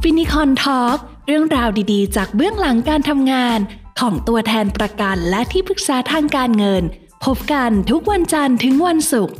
ฟินิคอนทอล์กเรื่องราวดีๆจากเบื้องหลังการทำงานของตัวแทนประกันและที่ปรึกษาทางการเงินพบกันทุกวันจันทร์ถึงวันศุกร์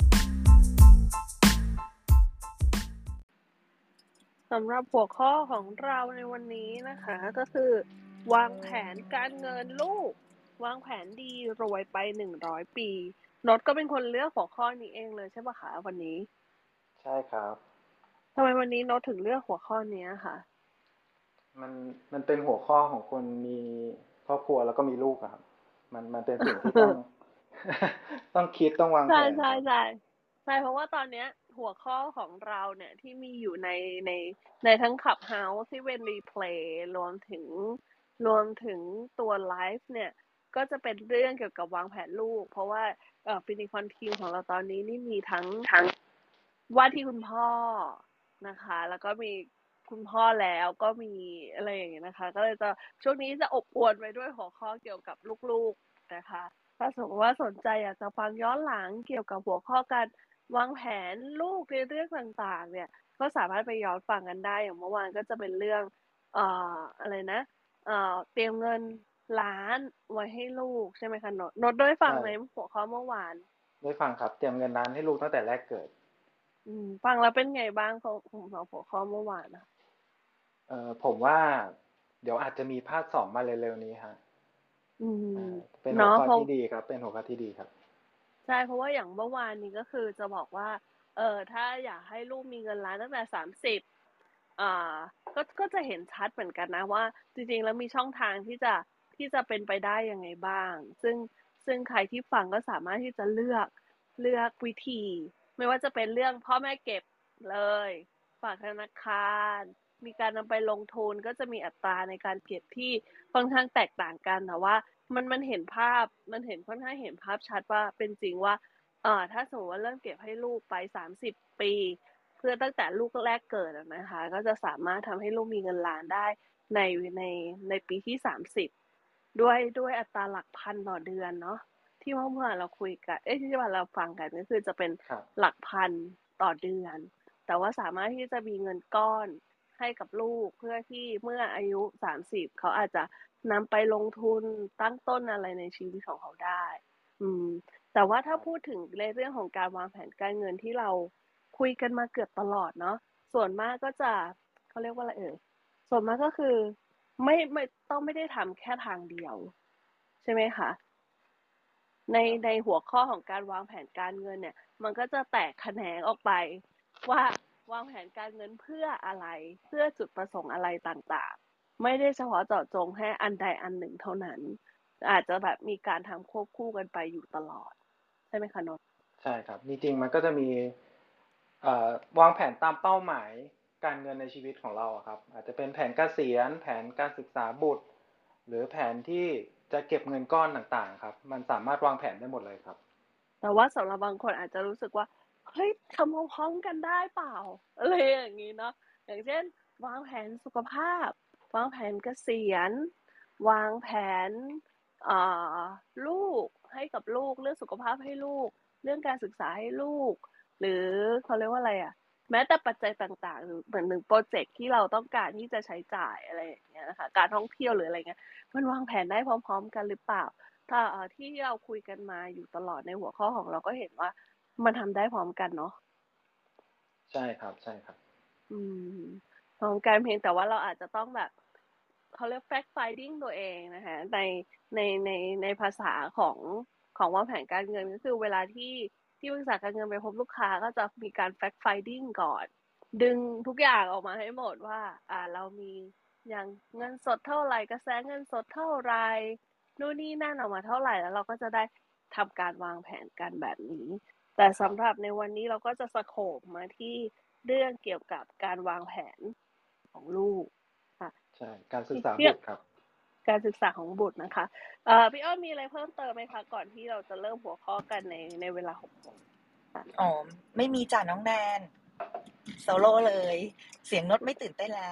สำหรับหัวข้อของเราในวันนี้นะคะก็คือวางแผนการเงินลูกวางแผนดีรวยไป100 ปีโนตก็เป็นคนเลือกหัวข้อนี้เองเลยใช่ปะคะวันนี้ใช่ครับทำไมวันนี้โนตถึงเลือกหัวข้อนี้คะมันมันเป็นหัวข้อของคนมีครอบครัวแล้วก็มีลูกอะครับมันเป็นสิ่งที่ต้อง ต้องคิดต้องวางใช่แผนใช่ครับใช่ใช่เพราะว่าตอนเนี้ยหัวข้อของเราเนี่ยที่มีอยู่ในในทั้งขับเฮาส์ที่เป็นรีเพลย์รวมถึงตัวไลฟ์เนี่ยก็จะเป็นเรื่องเกี่ยวกับวางแผนลูกเพราะว่าฟินิคอนทีมของเราตอนนี้นี่มีทั้งว่าที่คุณพ่อนะคะแล้วก็มีคุณพ่อแล้วก็มีอะไรอย่างเงี้ยนะคะก็เลยจะช่วงนี้จะอบอวลไปด้วยหัวข้อเกี่ยวกับลูกๆนะคะถ้าสมมติว่าสนใจอยากจะฟังย้อนหลังเกี่ยวกับหัวข้อการวางแผนลูกในเรื่องต่างๆเนี่ยก็สามารถไปย้อนฟังกันได้อย่างเมื่อวานก็จะเป็นเรื่องอะไรนะเตรียมเงินล้านไว้ให้ลูกใช่ไหมคะโน้ตได้ฟังใช่ไหมหัวข้อเมื่อวานได้ฟังครับเตรียมเงินล้านให้ลูกตั้งแต่แรกเกิดฟังแล้วเป็นไงบ้างของหัวข้อเมื่อวานนะผมว่าเดี๋ยวอาจจะมีภาคสองมาเร็วๆนี้ฮะอืมเป็นหัวเนาะเพราะข้อที่ดีครับเป็นหัวข้อที่ดีครับใช่เพราะว่าอย่างเมื่อวานนี้ก็คือจะบอกว่าถ้าอยากให้ลูกมีเงินล้านตั้งแต่30อ่าก็จะเห็นชัดเหมือนกันนะว่าจริงๆแล้วมีช่องทางที่จะเป็นไปได้ยังไงบ้างซึ่งใครที่ฟังก็สามารถที่จะเลือกวิธีไม่ว่าจะเป็นเรื่องพ่อแม่เก็บเลยฝากธนาคารมีการนำไปลงทุนก็จะมีอัตราในการเก็บที่ค่อนข้างแตกต่างกันแต่ว่ามันเห็นภาพมันเห็นค่อนข้างเห็นภาพชัดว่าเป็นจริงว่าถ้าสมมติว่าเริ่มเก็บให้ลูกไป30 ปีเพื่อตั้งแต่ลูกแรกเกิดนะคะก็จะสามารถทำให้ลูกมีเงินล้านได้ในในในปีที่30ด้วยอัตราหลักพันต่อเดือนเนาะที่เมื่อเราคุยกันที่ว่าเราฟังกันก็คือจะเป็นหลักพันต่อเดือนแต่ว่าสามารถที่จะมีเงินก้อนให้กับลูกเพื่อที่เมื่ออายุ30เขาอาจจะนำไปลงทุนตั้งต้นอะไรในชีวิตของเขาได้แต่ว่าถ้าพูดถึงในเรื่องของการวางแผนการเงินที่เราคุยกันมาเกือบตลอดเนาะส่วนมากก็จะเขาเรียกว่าอะไรส่วนมากก็คือไม่ได้ทำแค่ทางเดียวใช่ไหมคะในหัวข้อของการวางแผนการเงินเนี่ยมันก็จะแตกแขนงออกไปว่าวางแผนการเงินเพื่ออะไรเพื่อจุดประสงค์อะไรต่างๆไม่ได้เฉพาะเจาะจงให้อันใดอันหนึ่งเท่านั้นอาจจะแบบมีการทำควบคู่กันไปอยู่ตลอดใช่ไหมคะนนท์ใช่ครับจริงๆมันก็จะมีวางแผนตามเป้าหมายการเงินในชีวิตของเราครับอาจจะเป็นแผนเกษียณแผนการศึกษาบุตรหรือแผนที่จะเก็บเงินก้อนต่างๆครับมันสามารถวางแผนได้หมดเลยครับแต่ว่าสำหรับบางคนอาจจะรู้สึกว่าเฮ้ยทำพร้อมๆกันได้เปล่าอะไรอย่างนี้เนาะอย่างเช่นวางแผนสุขภาพวางแผนเกษียณวางแผนอ่าลูกให้กับลูกเรื่องสุขภาพให้ลูกเรื่องการศึกษาให้ลูกหรือเขาเรียกว่าอะไรแม้แต่ปัจจัยต่างๆหรือเหมือนหนึ่งโปรเจกต์ที่เราต้องการที่จะใช้จ่ายอะไรอย่างเงี้ยนะคะการท่องเที่ยวหรืออะไรเงี้ยมันวางแผนได้พร้อมๆกันหรือเปล่า ถ้าที่เราคุยกันมาอยู่ตลอดในหัวข้อของเราก็เห็นว่ามันทำได้พร้อมกันเนาะใช่ครับใช่ครับอืมพร้อมกันเพียงแต่ว่าเราอาจจะต้องแบบเขาเรียก fact finding ตัวเองนะคะในภาษาของวางแผนการเงินก็คือเวลาที่บริษัทการเงินไปพบลูกค้าก็จะมีการ fact finding ก่อนดึงทุกอย่างออกมาให้หมดว่าเรามีอย่างเงินสดเท่าไหร่กระแสเงินสดเท่าไหร่นู่นนี่นั่นออกมาเท่าไหร่แล้วเราก็จะได้ทำการวางแผนกันแบบนี้แต่สำหรับในวันนี้เราก็จะสโคปมาที่เรื่องเกี่ยวกับการวางแผนของลูกค่ะใช่การศึกษาพี่บุตรครับการศึกษาของบุตรนะคะพี่อ้อมมีอะไรเพิ่มเติมไหมคะก่อนที่เราจะเริ่มหัวข้อกันในเวลา6 โมงอ๋อไม่มีจ้ะน้องแนนโซโล่เลยเสียงนดไม่ตื่นเต้นแล้ว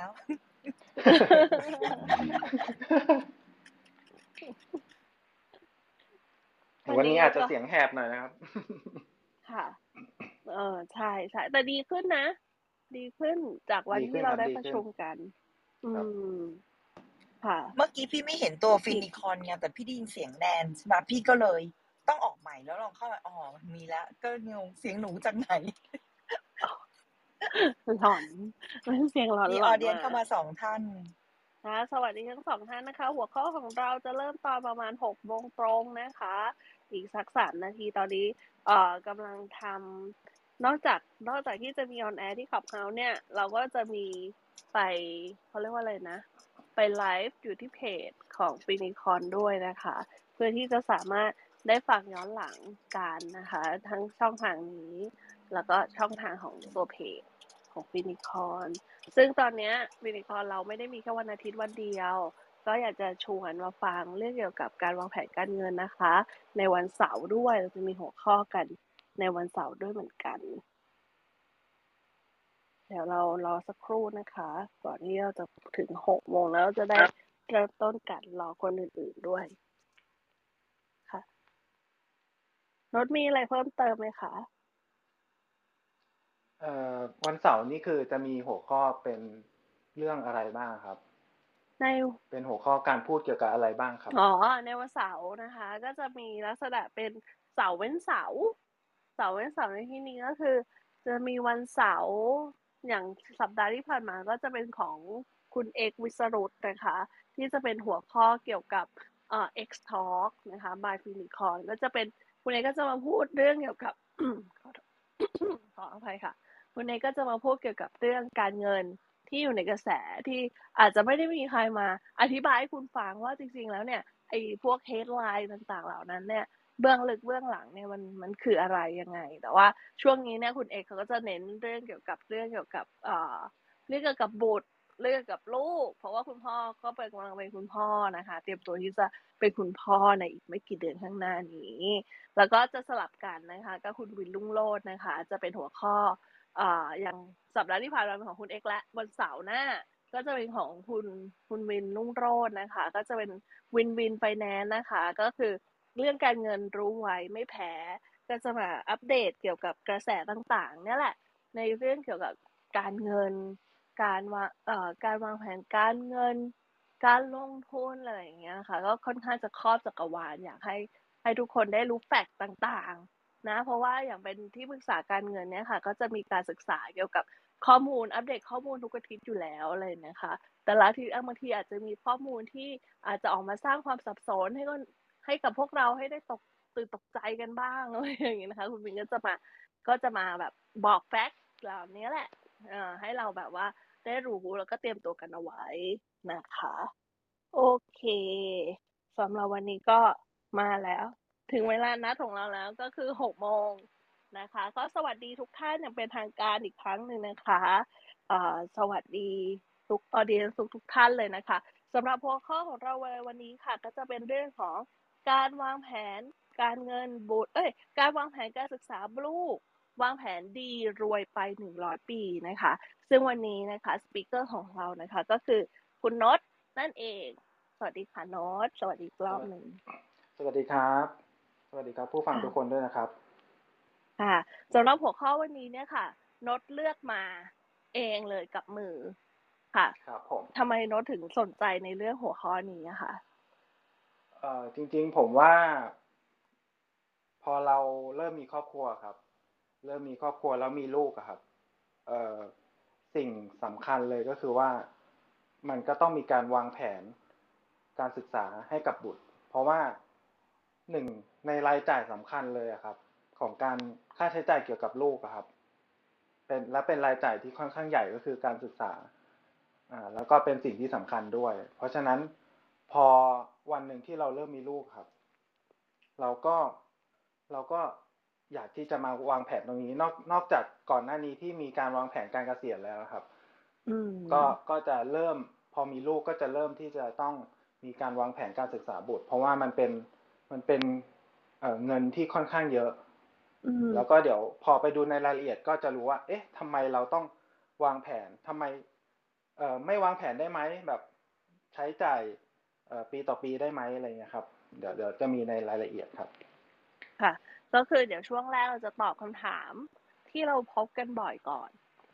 วันนี้อาจจะเสียงแหบหน่อยนะครับค่ะใช่ใช่แต่ดีขึ้นนะดีขึ้นจากวันดีขึ้ที่นเราครับได้ดีประขึ้ชุนมกัน อืครับม ค่ะเมื่อกี้พี่ไม่เห็นตัวโอเคฟินิคอนไง แต่พี่ได้ยินเสียงแนนใช่ไหม พี่ก็เลยต้องออกใหม่แล้วลองเข้ามา อ๋อ มีแล้ว ก็งง เสียงหนูจากไหน? หลอน มันเสียงหลมีอน ๆ audience มาเข้ามา 2 ท่านค่ะ สวัสดีทั้ง 2 ท่านนะคะ หัวข้อของเราจะเริ่มตอนประมาณ 6 โมงตรงนะคะ อีกสัก 3 นาที ตอนนี้ กำลังทำ นอกจากที่จะมี on air ที่ Clubhouse เนี่ย เราก็จะมีไป เขาเรียกว่าอะไรนะ ไปไลฟ์อยู่ที่เพจของ Finicon ด้วยนะคะ เพื่อที่จะสามารถได้ฟังย้อนหลังกันนะคะ ทั้งช่องทางนี้ แล้วก็ช่องทางของตัวเพจของ Finicon ซึ่งตอนเนี้ย Finicon เราไม่ได้มีแค่วันอาทิตย์วันเดียว ก็อยากจะชวนมาฟังเรื่องเกี่ยวกับการวางแผนการเงินนะคะ ในวันเสาร์ด้วย เราจะมีหัวข้อกันในวันเสาร์ด้วยเหมือนกัน เดี๋ยวเรารอสักครู่นะคะ ก่อนที่เราจะถึง 6 โมง แล้วเราจะได้เริ่มต้นกัน รอคนอื่น ๆ ด้วย ค่ะ โน้ตมีอะไรเพิ่มเติมไหมคะ? วันเสาร์นี่คือจะมีหัวข้อเป็นเรื่องอะไรบ้างอะครับ? ในเป็นหัวข้อการพูดเกี่ยวกับอะไรบ้างครับ? อ๋อ ในวันเสาร์นะคะ ก็จะมีลักษณะเป็นเสาร์เว้นเสาร์ เสาร์เว้นเสาร์ในที่นี้ก็คือจะมีวันเสาร์ อย่างสัปดาห์ที่ผ่านมาก็จะเป็นของคุณเอก วิสรุต นะคะ ที่จะเป็นหัวข้อเกี่ยวกับX Talk นะคะ by Finicon ก็จะเป็น คุณเอกก็จะมาพูดเรื่องเกี่ยวกับ ขออภัยค่ะ คุณเอกก็จะมาพูดเกี่ยวกับเรื่องการเงินที่อยู่ในกระแส ที่อาจจะไม่ได้มีใครมาอธิบายให้คุณฟังว่าจริง ๆ แล้วเนี่ย ไอ้พวก headline ต่าง ๆ เหล่านั้นเนี่ย เบื้องลึกเบื้องหลังเนี่ยมันคืออะไรยังไง แต่ว่าช่วงนี้เนี่ยคุณเอกเขาก็จะเน้นเรื่องเกี่ยวกับ เรื่องเกี่ยวกับบุตร เรื่องเกี่ยวกับลูก เพราะว่าคุณพ่อก็กำลังเป็นคุณพ่อนะคะ เตรียมตัวที่จะเป็นคุณพ่อในอีกไม่กี่เดือนข้างหน้านี้ แล้วก็จะสลับกันนะคะ ก็คุณวิน รุ่งโรจน์นะคะ จะเป็นหัวข้อ อย่างสัปดาห์ที่ผ่านมาเป็นของคุณเอกแล้ว วันเสาร์หน้าก็จะเป็นของคุณวิน รุ่งโรจน์นะคะ ก็จะเป็นวินไฟแนนซ์นะคะ ก็คือเรื่องการเงินรู้ไว้ไม่แพ้ ก็จะมาอัปเดตเกี่ยวกับกระแสต่าง ๆ เนี่ยแหละ ในเรื่องเกี่ยวกับการเงิน การวางแผนการเงิน การลงทุน อะไรอย่างเงี้ยค่ะ ก็ค่อนข้างจะครอบจักรวาล อยากให้ทุกคนได้รู้แฟกต์ต่าง ๆ นะ เพราะว่าอย่างเป็นที่ปรึกษาการเงินเนี่ยค่ะ ก็จะมีการศึกษาเกี่ยวกับข้อมูล อัปเดตข้อมูลทุกอาทิตย์อยู่แล้ว อะไรอย่างเงี้ยค่ะ แต่ละอาทิตย์บางทีอาจจะมีข้อมูลที่อาจจะออกมาสร้างความสับสนให้กับพวกเราให้ได้ตื่นตกใจกันบ้าง อะไรอย่างงี้นะคะ คุณวินก็จะมาแบบบอกแฟกต์เหล่านี้แหละ ให้เราแบบว่าได้รู้แล้วก็เตรียมตัวกันเอาไว้นะคะ โอเค สำหรับวันนี้ก็มาแล้ว ถึงเวลานัดของเราแล้วก็คือ 6 โมงนะคะ ก็สวัสดีทุกท่านอย่างเป็นทางการอีกครั้งหนึ่งนะคะ สวัสดีทุก audience ทุกท่านเลยนะคะ สำหรับหัวข้อของเราในวันนี้ค่ะ ก็จะเป็นเรื่องของการวางแผนการเงินบุตร การวางแผนการศึกษาลูก วางแผนดีรวยไป 100 ปีนะคะ ซึ่งวันนี้นะคะ สปีกเกอร์ของเรานะคะ ก็คือคุณโน้ตนั่นเอง สวัสดีค่ะโน้ต สวัสดีอีกรอบหนึ่งสวัสดีครับ สวัสดีครับผู้ฟังทุกคนด้วยนะครับค่ะ สำหรับหัวข้อวันนี้เนี่ยค่ะ โน้ตเลือกมาเองเลยกับมือค่ะครับผมทำไมโน้ตถึงสนใจในเรื่องหัวข้อนี้อะคะ? จริง ๆ ผมว่า พอเราเริ่มมีครอบครัวครับ เริ่มมีครอบครัวแล้วมีลูกอะครับ สิ่งสำคัญเลยก็คือว่า มันก็ต้องมีการวางแผนการศึกษาให้กับบุตร เพราะว่า 1 ในรายจ่ายสำคัญเลยอะครับ ของการค่าใช้จ่ายเกี่ยวกับลูกอะครับ เป็นรายจ่ายที่ค่อนข้างใหญ่ก็คือการศึกษา แล้วก็เป็นสิ่งที่สำคัญด้วย เพราะฉะนั้นพอวันหนึ่งที่เราเริ่มมีลูกครับ เราก็อยากที่จะมาวางแผนตรงนี้ นอกจากก่อนหน้านี้ที่มีการวางแผนการเกษียณแล้วครับ ก็จะเริ่ม พอมีลูกก็จะเริ่มที่จะต้องมีการวางแผนการศึกษาบุตร เพราะว่ามันเป็นเงินที่ค่อนข้างเยอะ แล้วก็เดี๋ยวพอไปดูในรายละเอียดก็จะรู้ว่า เอ๊ะ ทำไมเราต้องวางแผน ทำไมไม่วางแผนได้ไหม แบบใช้จ่ายปีต่อปีได้ไหม อะไรอย่างเงี้ยครับ เดี๋ยวจะมีในรายละเอียดครับค่ะ ก็คือเดี๋ยวช่วงแรกเราจะตอบคำถามที่เราพบกันบ่อยก่อนเนาะ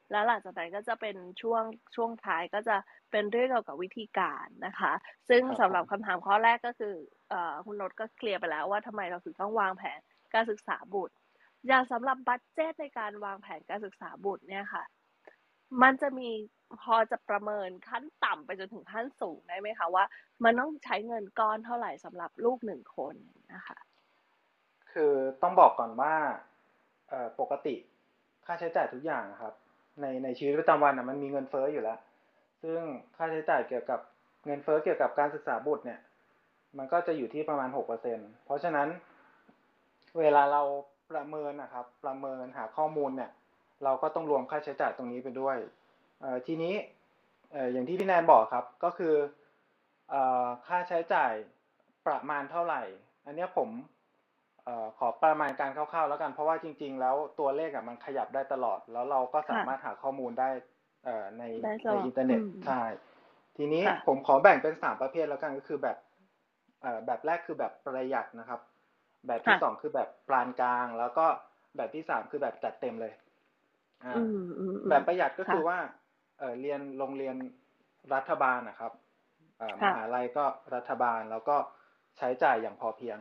แล้วหลังจากนั้นก็จะเป็นช่วงท้ายก็จะเป็นเรื่องเกี่ยวกับวิธีการนะคะ ซึ่งครับสำหรับผมคำถามข้อแรกก็คือคุณนชก็เคลียร์ไปแล้วว่าทำไมเราถึงต้องวางแผนการศึกษาบุตรอย่างสำหรับบัดเจตในการวางแผนการศึกษาบุตรเนี่ยค่ะมันจะมีพอจะประเมินขั้นต่ำไปจนถึงขั้นสูงได้ไหมคะว่ามันต้องใช้เงินก้อนเท่าไหร่สำหรับลูกหนึ่งคนนะคะคือต้องบอกก่อนว่าปกติค่าใช้จ่ายทุกอย่างอะครับในชีวิตประจำวันมันมีเงินเฟ้ออยู่แล้วซึ่งค่าใช้จ่ายเกี่ยวกับเงินเฟ้อเกี่ยวกับการศึกษาบุตรเนี่ยมันก็จะอยู่ที่ประมาณ 6%เพราะฉะนั้นเวลาเราประเมินนะครับประเมินหาข้อมูลเนี่ยเราก็ต้องรวมค่าใช้จ่ายตรงนี้ไปด้วยทีนี้อย่างที่พี่แนนบอกครับก็คือค่าใช้จ่ายประมาณเท่าไหร่อันนี้ผมขอประมาณการคร่าวๆแล้วกันเพราะว่าจริงๆแล้วตัวเลขมันขยับได้ตลอดแล้วเราก็สามารถหาข้อมูลได้ในได้สในอบอินเทอร์เน็ตใช่ทีนี้ค่ะผมขอแบ่งเป็น3ประเภทแล้วกันก็คือแบบแรกคือแบบประหยัดนะครับแบบที่2คือแบบปานกลางแล้วก็แบบที่3คือแบบจัดเต็มเลยแบบประหยัดก็คือว่าเรียนโรงเรียนรัฐบาลนะครับมหาลัยก็รัฐบาลแล้วก็ใช้จ่ายอย่างพอเพียง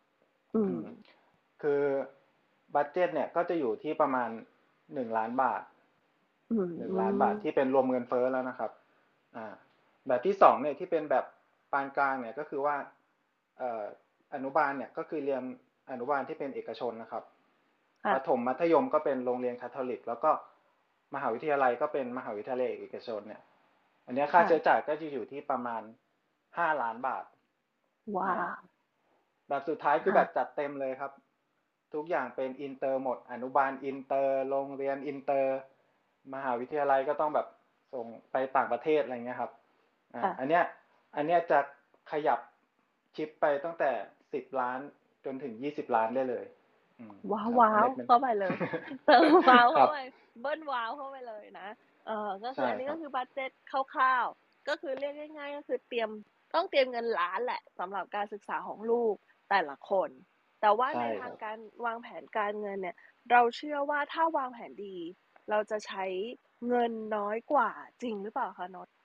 คือบัดเจ็ตเนี่ยก็จะอยู่ที่ประมาณ1 ล้านบาท1 ล้านบาทที่เป็นรวมเงินเฟ้อแล้วนะครับแบบที่2เนี่ยที่เป็นแบบปานกลางเนี่ยก็คือว่าอนุบาลเนี่ยก็คือเรียนอนุบาลที่เป็นเอกชนนะครับประถมมัธยมก็เป็นโรงเรียนคาทอลิกแล้วก็มหาวิทยาลัยก็เป็นมหาวิทยาลัยเอกชนเนี่ยอันนี้ค่าใช้จ่ายก็จะอยู่ที่ประมาณ5 ล้านบาทว้าวแบบสุดท้ายคือแบบจัดเต็มเลยครับทุกอย่างเป็นอินเตอร์หมดอนุบาลอินเตอร์โรงเรียนอินเตอร์มหาวิทยาลัยก็ต้องแบบส่งไปต่างประเทศอะไรเงี้ยครับอันเนี้ยจะขยับชิปไปตั้งแต่10 ล้านจนถึง20 ล้านได้เลยว้าวเข้าไปเลยเติมว้าวเข้าไปเบิ้ลว้าวเข้าไปเลยนะก็คืออันนี้ก็คือบัดเจ็ตคร่าวๆก็คือเรียกง่ายๆก็คือต้องเตรียมเงินล้านแหละสำหรับการศึกษาของลูกแต่ละคนแต่ว่าในทางการวางแผนการเงินเนี่ยเราเชื่อว่าถ้าวางแผนดีเราจะใช้เงินน้อยกว่าจริงหรือเปล่าคะนนท์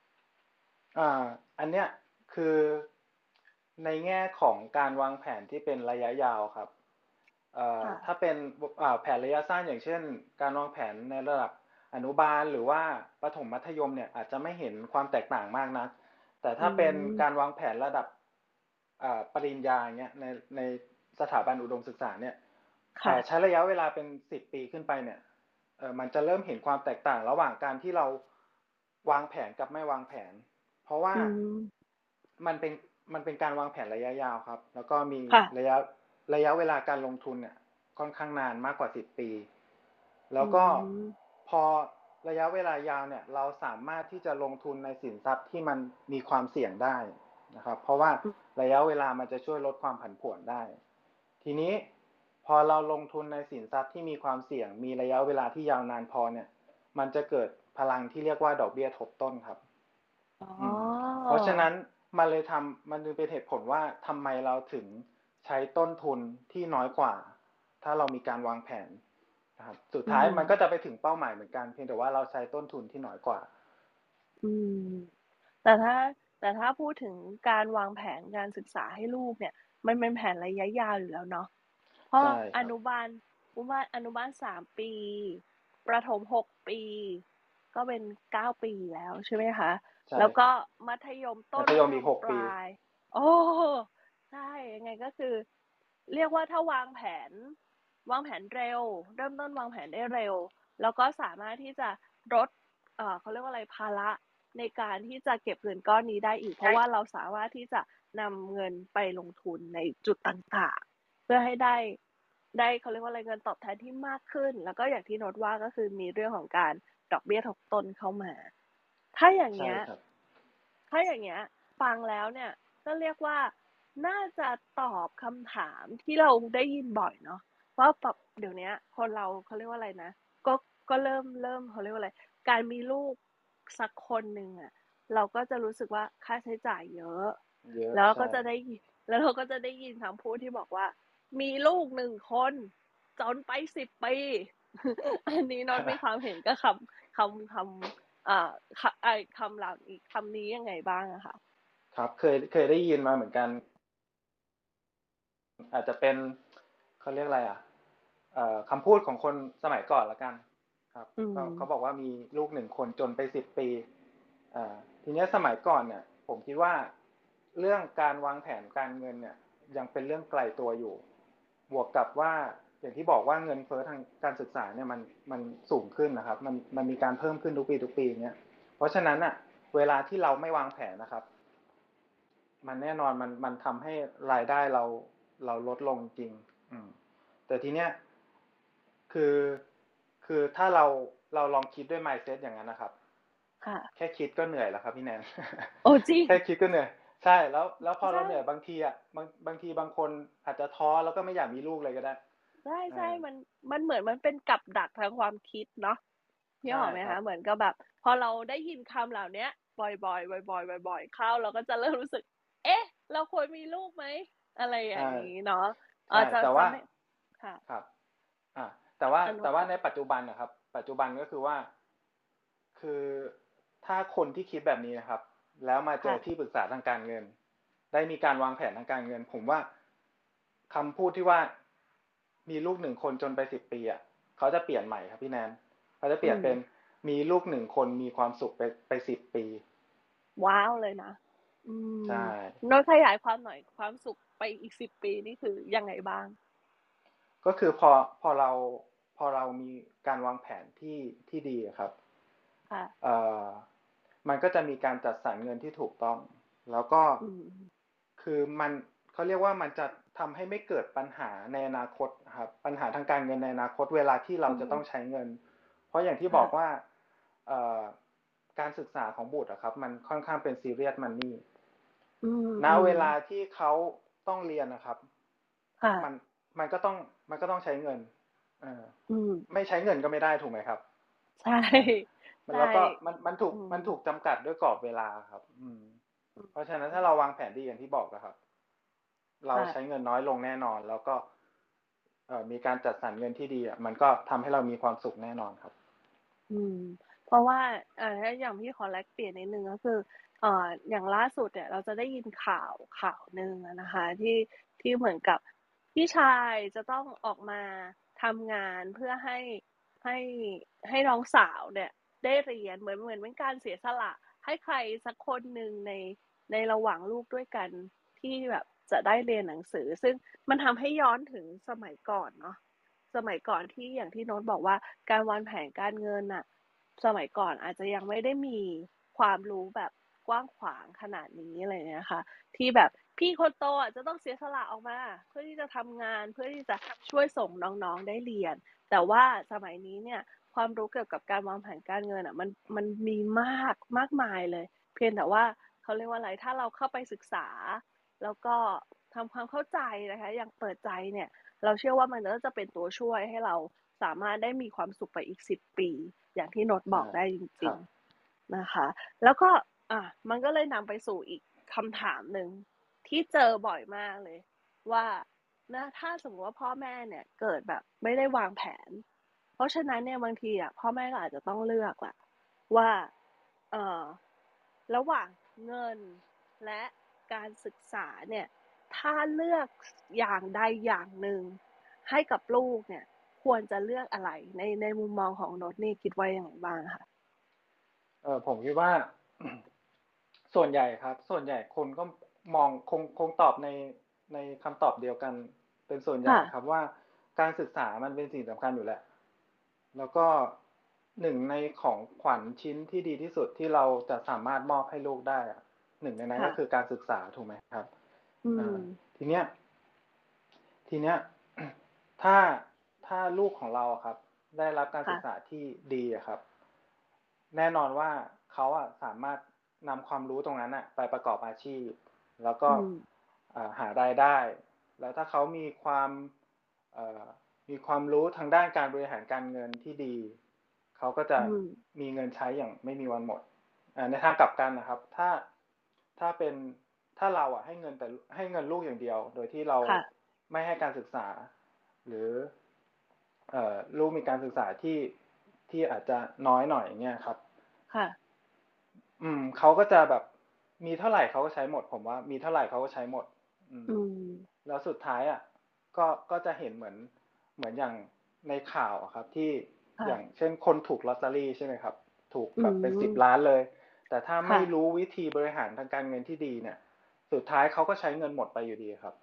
อันเนี้ยคือในแง่ของการวางแผนที่เป็นระยะยาวครับถ้าเป็นแผนระยะสั้นอย่างเช่นการวางแผนในระดับอนุบาลหรือว่าประถมมัธยมเนี่ยอาจจะไม่เห็นความแตกต่างมากนักแต่ถ้าเป็นการวางแผนระดับปริญญาเนี่ยในสถาบันอุดมศึกษาเนี่ยใช้ระยะเวลาเป็น10 ปีขึ้นไปเนี่ยมันจะเริ่มเห็นความแตกต่างระหว่างการที่เราวางแผนกับไม่วางแผนเพราะว่ามันเป็นการวางแผนระยะยาวครับแล้วก็มีระยะเวลาการลงทุนเนี่ยค่อนข้างนานมากกว่า10 ปีแล้วก็พอระยะเวลายาวเนี่ยเราสามารถที่จะลงทุนในสินทรัพย์ที่มันมีความเสี่ยงได้นะครับเพราะว่าระยะเวลามันจะช่วยลดความผันผวนได้ทีนี้พอเราลงทุนในสินทรัพย์ที่มีความเสี่ยงมีระยะเวลาที่ยาวนานพอเนี่ยมันจะเกิดพลังที่เรียกว่าดอกเบี้ยทบต้นครับเพราะฉะนั้นมันจึงเป็นเหตุผลว่าทำไมเราถึงใช้ต้นทุนที่น้อยกว่าถ้าเรามีการวางแผนนะครับสุดท้ายมันก็จะไปถึงเป้าหมายเหมือนกันเพียงแต่ว่าเราใช้ต้นทุนที่น้อยกว่าแต่ถ้าพูดถึงการวางแผนการศึกษาให้ลูกเนี่ยมันเป็นแผนระยะยาวอยู่แล้วเนาะเพราะอนุบาล3 ปีประถม6 ปีก็เป็น9 ปีแล้วใช่ไหมคะแล้วก็มัธยมต้นอีก6 ปีโอ้ใช่ยังไงก็คือเรียกว่าถ้าวางแผนเร็วเริ่มต้นวางแผนได้เร็วแล้วก็สามารถที่จะลดเขาเรียกว่าอะไรภาระในการที่จะเก็บเงินก้อนนี้ได้อีกเพราะว่าเราสามารถที่จะนำเงินไปลงทุนในจุดต่างๆเพื่อให้ได้เขาเรียกว่าอะไรเงินตอบแทนที่มากขึ้นแล้วก็อย่างที่โน้ตว่าก็คือมีเรื่องของการดอกเบี้ยทบต้นเข้ามาถ้าอย่างเงี้ยฟังแล้วเนี่ยก็เรียกว่าน่าจะตอบคำถามที่เราได้ยินบ่อยเนาะว่าแบบเดี๋ยวนี้คนเราเขาเรียกว่าอะไรนะก็เริ่มเขาเรียกว่าอะไรการมีลูกสักคนหนึ่งอ่ะเราก็จะรู้สึกว่าค่าใช้จ่ายเยอะแล้วเราก็จะได้ยินคำพูดที่บอกว่ามีลูก1 คนจนไป10 ปีอันนี้น็อตมีความเห็นก็คำคำเหล่านี้คำนี้ยังไงบ้างอะค่ะครับเคยได้ยินมาเหมือนกัน อาจจะเป็นเขาเรียกอะไรคำพูดของคนสมัยก่อนละกันครับก็เขาบอกว่ามีลูก1 คนจนไป10 ปีทีนี้สมัยก่อนเนี่ยผมคิดว่าเรื่องการวางแผนการเงินเนี่ยยังเป็นเรื่องไกลตัวอยู่บวกกับว่าอย่างที่บอกว่าเงินเฟ้อทางการศึกษาเนี่ยมันสูงขึ้นนะครับมันมีการเพิ่มขึ้นทุกปีเนี่ยเพราะฉะนั้นอ่ะเวลาที่เราไม่วางแผนนะครับมันแน่นอนมันทำให้รายได้เราลดลงจริงแต่ทีเนี้ยคือคือถ้าเราลองคิดด้วย mindset อย่างนั้นนะครับแค่คิดก็เหนื่อยแล้วครับพี่แนนโอ้จริงแค่คิดก็เหนื่อยใช่แล้วพอเราเหนื่อยบางทีบางทีบางคนอาจจะท้อแล้วก็ไม่อยากมีลูกเลยก็ได้ใช่มันเหมือนมันเป็นกับดักทางความคิดเนาะพี่บอกไหมคะเหมือนกับแบบพอเราได้ยินคำเหล่านี้บ่อยๆเข้าเราก็จะเริ่มรู้สึกเอ๊ะเราควรมีลูกไหมอะไรอย่างนี้เนาะแต่ว่าค่ะครับแต่ว่าในปัจจุบันนะครับปัจจุบันก็คือว่าคือถ้าคนที่คิดแบบนี้นะครับแล้วมาเจอที่ปรึกษาทางการเงินได้มีการวางแผนทางการเงินผมว่าคำพูดที่ว่ามีลูก1 คนจนไป10 ปีเขาจะเปลี่ยนใหม่ครับพี่แนนเขาจะเปลี่ยนเป็นมีลูก1 คนมีความสุขไป10 ปีว้าวเลยนะใช่น้อยขยายความหน่อยความสุขไปอีก10 ปีนี่คือยังไงบ้างก็คือพอเรามีการวางแผนที่ดีครับมันก็จะมีการจัดสรรเงินที่ถูกต้องแล้วก็คือเขาเรียกว่ามันจะทำให้ไม่เกิดปัญหาในอนาคตครับปัญหาทางการเงินในอนาคตเวลาที่เราจะต้องใช้เงินเพราะอย่างที่บอกว่าการศึกษาของบุตรครับมันค่อนข้างเป็นซีเรียสมันนี่ณเวลาที่เขาต้องเรียนนะครับมันก็ต้องใช้เงินไม่ใช้เงินก็ไม่ได้ถูกไหมครับใช่แล้วก็มันถูกจำกัดด้วยกรอบเวลาครับเพราะฉะนั้นถ้าเราวางแผนดีอย่างที่บอกนะครับเราใช้เงินน้อยลงแน่นอนแล้วก็มีการจัดสรรเงินที่ดีมันก็ทำให้เรามีความสุขแน่นอนครับเพราะว่าถ้าอย่างพี่ขอแลกเปลี่ยนนิดนึงก็คืออย่างล่าสุดเนี่ยเราจะได้ยินข่าวหนึ่งนะคะที่เหมือนกับพี่ชายจะต้องออกมาทำงานเพื่อให้น้องสาวเนี่ยได้เรียนเหมือนเป็นการเสียสละให้ใครสักคนหนึ่งในระหว่างลูกด้วยกันที่แบบจะได้เรียนหนังสือซึ่งมันทำให้ย้อนถึงสมัยก่อนเนาะสมัยก่อนที่อย่างที่โน้ตบอกว่าการวางแผนการเงินน่ะสมัยก่อนอาจจะยังไม่ได้มีความรู้แบบกว้างขวางขนาดนี้อะไรเนี่ยค่ะที่แบบพี่คนโตจะต้องเสียสละออกมาเพื่อที่จะทำงานเพื่อที่จะช่วยส่งน้องๆได้เรียนแต่ว่าสมัยนี้เนี่ยความรู้เกี่ยวกับการวางแผนการเงินมันมีมากมายเลยเพียงแต่ว่าเขาเรียกว่าอะไรถ้าเราเข้าไปศึกษาแล้วก็ทำความเข้าใจนะคะอย่างเปิดใจเนี่ยเราเชื่อว่ามันก็จะเป็นตัวช่วยให้เราสามารถได้มีความสุขไปอีก10 ปีอย่างที่โน้ตบอกได้จริงๆนะคะแล้วก็มันก็เลยนำไปสู่อีกคำถามหนึ่งที่เจอบ่อยมากเลยว่านะถ้าสมมติว่าพ่อแม่เนี่ยเกิดแบบไม่ได้วางแผนเพราะฉะนั้นเนี่ยบางทีพ่อแม่ก็อาจจะต้องเลือกแหละว่าระหว่างเงินและการศึกษาเนี่ยถ้าเลือกอย่างใดอย่างหนึ่งให้กับลูกเนี่ยควรจะเลือกอะไรในมุมมองของโน้ตนี่คิดว่ายังไงบ้างคะผมคิดว่าส่วนใหญ่ครับส่วนใหญ่คนก็มองคงตอบในคำตอบเดียวกันเป็นส่วนใหญ่ครับว่าการศึกษามันเป็นสิ่งสำคัญอยู่แล้วแล้วก็หนึ่งในของขวัญชิ้นที่ดีที่สุดที่เราจะสามารถมอบให้ลูกได้หนึ่งในนั้นก็คือการศึกษาถูกไหมครับทีเนี้ยถ้าลูกของเราครับได้รับการศึกษาที่ดีครับแน่นอนว่าเขาสามารถนำความรู้ตรงนั้นไปประกอบอาชีพแล้วก็หารายได้แล้วถ้าเขามีความรู้ทางด้านการบริหารการเงินที่ดีเขาก็จะมีเงินใช้อย่างไม่มีวันหมดในทางกลับกันนะครับถ้าเราให้เงินลูกอย่างเดียวโดยที่เราไม่ให้การศึกษาหรือลูกมีการศึกษาที่อาจจะน้อยหน่อยอย่างเงี้ยครับค่ะเขาก็จะแบบมีเท่าไหร่เขาก็ใช้หมด ผมว่ามีเท่าไหร่เขาก็ใช้หมด แล้วสุดท้ายก็จะเห็นเหมือนอย่างในข่าวครับที่อย่างเช่นคนถูกลอตเตอรี่ใช่ไหมครับ ถูกแบบเป็น10 ล้านเลย แต่ถ้าไม่รู้วิธีบริหารทางการเงินที่ดีเนี่ย สุดท้ายเขาก็ใช้เงินหมดไปอยู่ดีครับ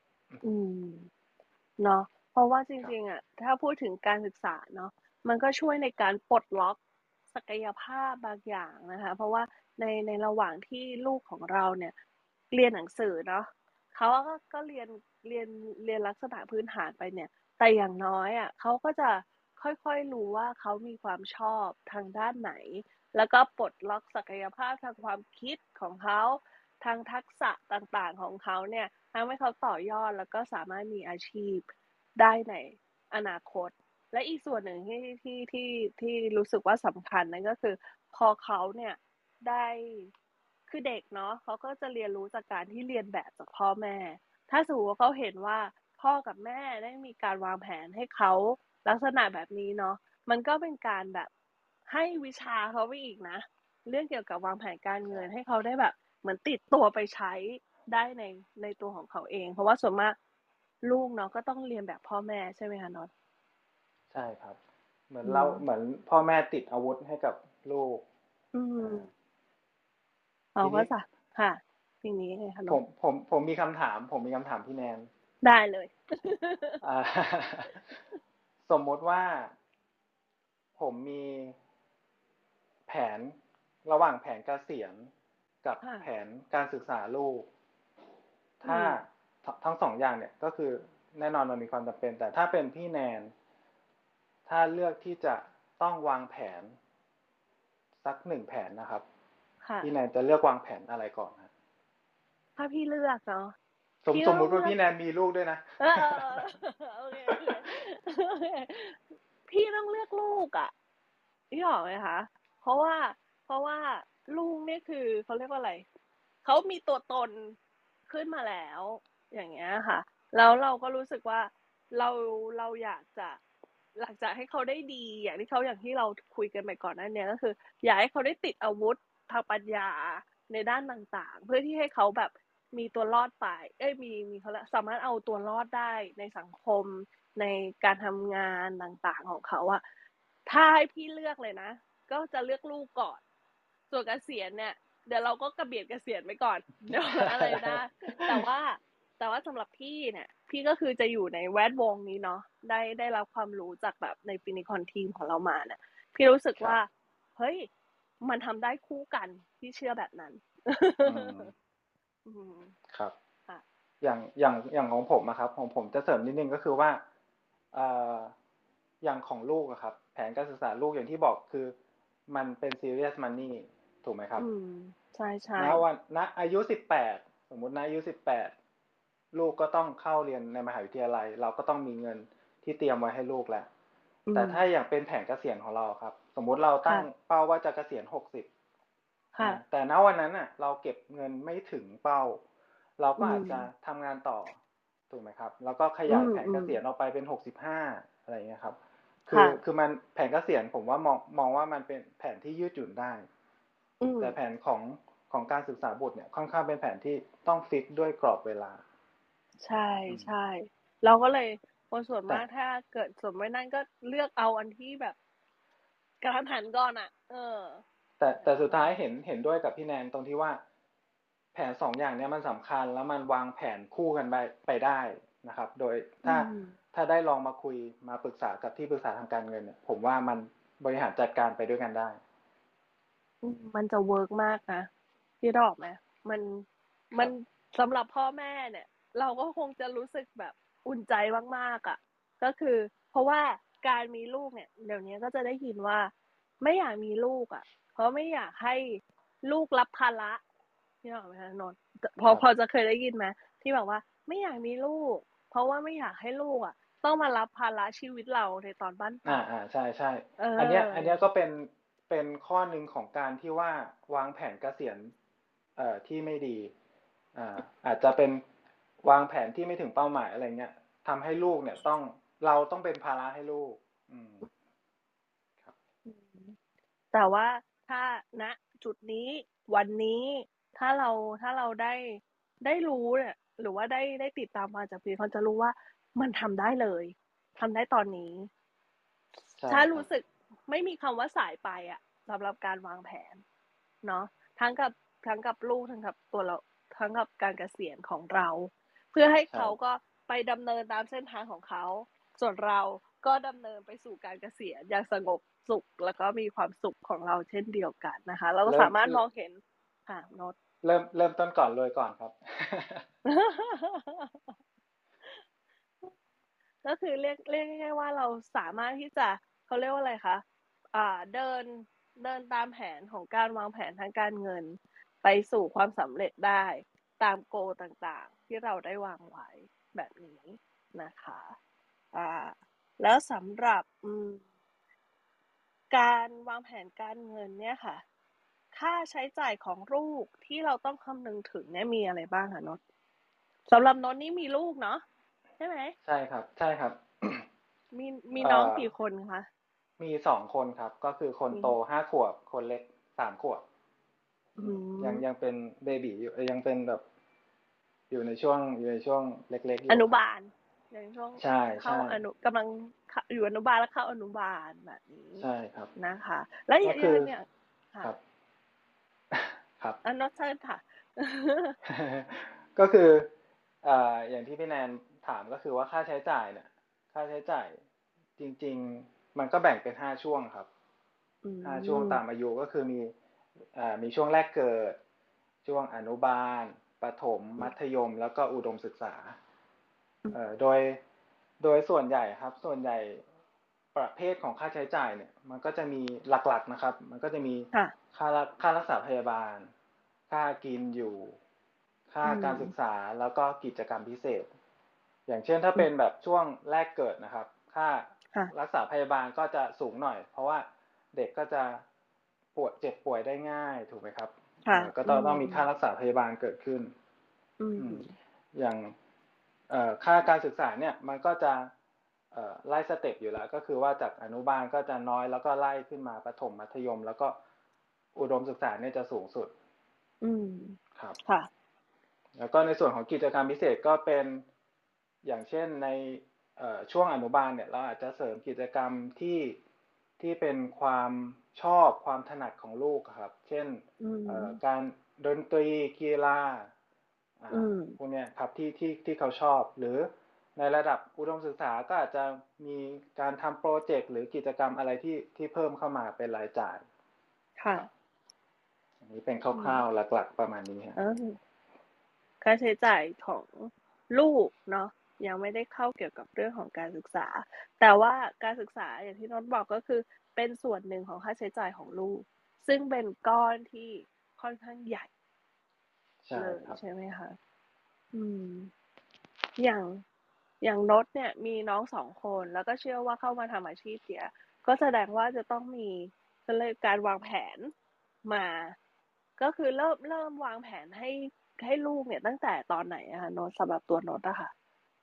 เนาะเพราะว่าจริงๆถ้าพูดถึงการศึกษาเนาะมันก็ช่วยในการปลดล็อกศักยภาพบางอย่างนะคะเพราะว่าในระหว่างที่ลูกของเราเนี่ยเรียนหนังสือเนาะเขาก็เรียนลักษณะพื้นฐานไปเนี่ยแต่อย่างน้อยเขาก็จะค่อยๆรู้ว่าเขามีความชอบทางด้านไหนแล้วก็ปลดล็อกศักยภาพทางความคิดของเขาทางทักษะต่างๆของเขาเนี่ยทำให้เขาต่อยอดแล้วก็สามารถมีอาชีพได้ในอนาคตและอีกส่วนหนึ่งที่รู้สึกว่าสำคัญนั่นก็คือพอเขาเนี่ยได้คือเด็กเนาะเขาก็จะเรียนรู้จากการที่เรียนแบบจากพ่อแม่ถ้าสมมติว่าเขาเห็นว่าพ่อกับแม่ได้มีการวางแผนให้เขาลักษณะแบบนี้เนาะมันก็เป็นการแบบให้วิชาเขาไปอีกนะเรื่องเกี่ยวกับวางแผนการเงินให้เขาได้แบบเหมือนติดตัวไปใช้ได้ในตัวของเขาเองเพราะว่าส่วนมากลูกเนาะก็ต้องเรียนแบบพ่อแม่ใช่ไหมคะน็อตใช่ครับเหมือนพ่อแม่ติดอาวุธให้กับลูกเขาก็จะค่ะทีนี้ไงคะน็อตผมมีคำถามพี่แนนได้เลยสมมติว่าผมมีแผนระหว่างแผนเกษียณกับแผนการศึกษาลูกถ้าทั้งสองอย่างเนี่ยก็คือแน่นอนมันมีความจำเป็นแต่ถ้าเป็นพี่แนนถ้าเลือกที่จะต้องวางแผนสัก1 แผนนะครับพี่แนนจะเลือกวางแผนอะไรก่อนครับถ้าพี่เลือกเนาะสมมุติว่าพี่แนนมีลูกด้วยนะโอเคพี่ต้องเลือกลูกพี่บอกไหมคะเพราะว่าลูกนี่คือเขาเรียกว่าอะไรเขามีตัวตนขึ้นมาแล้วอย่างเงี้ยค่ะแล้วเราก็รู้สึกว่าเราอยากจะให้เขาได้ดีอย่างที่เราคุยกันไปก่อนหน้านี้ก็คืออยากให้เขาได้ติดอาวุธทางปัญญาในด้านต่างๆเพื่อที่ให้เขาแบบมีตัวรอดไปมีเขาสามารถเอาตัวรอดได้ในสังคมในการทำงานต่างๆของเขาถ้าให้พี่เลือกเลยนะก็จะเลือกลูกก่อนส่วนเกษียณเนี่ยเดี๋ยวเราก็กระเบียดเกษียณไว้ก่อนเดี๋ยวอะไรได้แต่ว่าสำหรับพี่เนี่ยพี่ก็คือจะอยู่ในแวดวงนี้เนาะได้รับความรู้จากแบบในฟินิคอนทีมของเรามาเนี่ยพี่รู้สึกว่าเฮ้ยมันทำได้คู่กันพี่เชื่อแบบนั้นครับอย่างของผมครับของผมจะเสริมนิดนึงก็คือว่าอย่างของลูกครับแผนการศึกษาลูกอย่างที่บอกคือมันเป็น serious money ถูกไหมครับใช่ใช่ณอายุ18สมมุติณอายุ18ลูกก็ต้องเข้าเรียนในมหาวิทยาลัยเราก็ต้องมีเงินที่เตรียมไว้ให้ลูกแล้วแต่ถ้าอย่างเป็นแผนเกษียณของเราครับสมมุติเราตั้งเป้าว่าจะเกษียณ60แต่ณวันนั้นเราเก็บเงินไม่ถึงเป้าเราก็อาจจะทำงานต่อถูกไหมครับแล้วก็ขยายแผนเกษียณออกไปเป็น65อะไรอย่างเงี้ยครับคือมันแผนเกษียณผมว่ามองว่ามันเป็นแผนที่ยืดหยุ่นได้แต่แผนของการศึกษาบุตรเนี่ยค่อนข้างเป็นแผนที่ต้องฟิกด้วยกรอบเวลาใช่ใช่เราก็เลยคนส่วนมากถ้าเกิดสมมตินั่นก็เลือกเอาอันที่แบบกระทันหันก่อนแต่สุดท้ายเห็นด้วยกับพี่แนนตรงที่ว่าแผน2 อย่างนี้มันสำคัญแล้วมันวางแผนคู่กันไปได้นะครับโดยถ้าได้ลองมาคุยมาปรึกษากับที่ปรึกษาทางการเงินเนี่ยผมว่ามันบริหารจัดการไปด้วยกันได้มันจะเวิร์กมากนะพี่ดอกไหมมันสำหรับพ่อแม่เนี่ยเราก็คงจะรู้สึกแบบอุ่นใจมากๆก็คือเพราะว่าการมีลูกเนี่ยเดี๋ยวนี้ก็จะได้ยินว่าไม่อยากมีลูกเพราะไม่อยากให้ลูกรับภาระพี่ดอกไหมคะนนท์พอจะเคยได้ยินไหมที่บอกว่าไม่อยากมีลูกเพราะว่าไม่อยากให้ลูกต้องมารับภาระชีวิตเราในตอนบ้านปลายใช่ใช่อันเนี้ยก็เป็นข้อหนึ่งของการที่ว่าวางแผนเกษียณที่ไม่ดีอาจจะเป็นวางแผนที่ไม่ถึงเป้าหมายอะไรเงี้ยทำให้ลูกเนี่ยต้องเราต้องเป็นภาระให้ลูกครับแต่ว่าถ้าณจุดนี้วันนี้ถ้าเราได้รู้เนี่ยหรือว่าได้ติดตามมาจากพี่เขาจะรู้ว่ามันทำได้เลยทำได้ตอนนี้ใช่ถ้าครัรู้บสึกไม่มีคำว่าสายไปอ่ะสำหรับการวางแผนเนาะทั้งกับลูกทั้งกับตัวเราทั้งกับการเกษียณของเรา เพื่อให้ใช่เขาก็ไปดำเนินตามเส้นทางของเขา ส่วนเราก็ดำเนินไปสู่การเกษียณอย่างสงบสุขแล้วก็มีความสุขของเราเช่นเดียวกันนะคะ เราก็สามารถมองเห็นค่ะโน้ตเริ่มต้นก่อนรวยก่อนครับก็คือเรียกง่ายๆว่าเราสามารถที่จะเขาเรียกว่าอะไรคะเดินตามแผนของการวางแผนทางการเงินไปสู่ความสำเร็จได้ตามโกต่างๆที่เราได้วางไว้แบบนี้นะคะแล้วสำหรับการวางแผนการเงินเนี่ยค่ะค่าใช้จ่ายของลูกที่เราต้องคำนึงถึงเนี่ยมีอะไรบ้างคะโน้ตสำหรับโน้ตนี่มีลูกเนาะใช่ไหมใช่ครับ ใช่ครับมีน้องกี่คนคะมี2 คนครับ ก็คือคนโต5 ขวบคนเล็ก3 ขวบยังเป็นเบบีอยู่ยังเป็นแบบอยู่ในช่วงเล็กๆอยู่อนุบาลในช่วงใช่เข้ากำลังอยู่อนุบาลแล้วเข้าอนุบาลแบบนี้ใช่ครับนะคะ แล้วก็คือเนี่ยครับ ครับนอตเชิญค่ะก็คืออย่างที่พี่แนนถามก็คือว่าค่าใช้จ่ายเนี่ยค่าใช้จ่ายจริงๆมันก็แบ่งเป็น5 ช่วงครับ5 ช่วงตามอายุก็คือมีช่วงแรกเกิดช่วงอนุบาลประถมมัธยมแล้วก็อุดมศึกษาโดยส่วนใหญ่ครับส่วนใหญ่ประเภทของค่าใช้จ่ายเนี่ยมันก็จะมีหลักๆนะครับมันก็จะมีค่ารักษาพยาบาลค่ากินอยู่ค่าการศึกษาแล้วก็กิจกรรมพิเศษอย่างเช่นถ้าเป็นแบบช่วงแรกเกิดนะครับค่ารักษาพยาบาลก็จะสูงหน่อยเพราะว่าเด็กก็จะเจ็บป่วยได้ง่ายถูกไหมครับก็ต้องมีค่ารักษาพยาบาลเกิดขึ้นอย่างค่าการศึกษาเนี่ยมันก็จะไล่สเต็ปอยู่แล้วก็คือว่าจากอนุบาลก็จะน้อยแล้วก็ไล่ขึ้นมาประถมมัธยมแล้วก็อุดมศึกษาเนี่ยจะสูงสุดครับค่ะแล้วก็ในส่วนของกิจกรรมพิเศษก็เป็นอย่างเช่นในช่วงอนุบาลเนี่ยเราอาจจะเสริมกิจกรรมที่เป็นความชอบความถนัดของลูกครับเช่นการดนตรีกีฬาพวกนี้ครับที่เขาชอบหรือในระดับอุดมศึกษาก็อาจจะมีการทำโปรเจกต์หรือกิจกรรมอะไรที่เพิ่มเข้ามาเป็นรายจ่ายค่ะอันนี้เป็นคร่าวๆหลักๆประมาณนี้ครับค่าใช้จ่ายของลูกเนาะยังไม่ได้เข้าเกี่ยวกับเรื่องของการศึกษาแต่ว่าการศึกษาอย่างที่น้องบอกก็คือเป็นส่วนหนึ่งของค่าใช้จ่ายของลูกซึ่งเป็นก้อนที่ค่อนข้างใหญ่เลยใช่ไหมคะอย่างโน้ตเนี่ยมีน้อง2 คนแล้วก็เชื่อว่าเข้ามาทำอาชีพเนี่ยก็แสดงว่าจะต้องมีการวางแผนมาก็คือเริ่มวางแผนให้ลูกเนี่ยตั้งแต่ตอนไหนอะคะโน้ตสำหรับตัวโน้ตอะค่ะ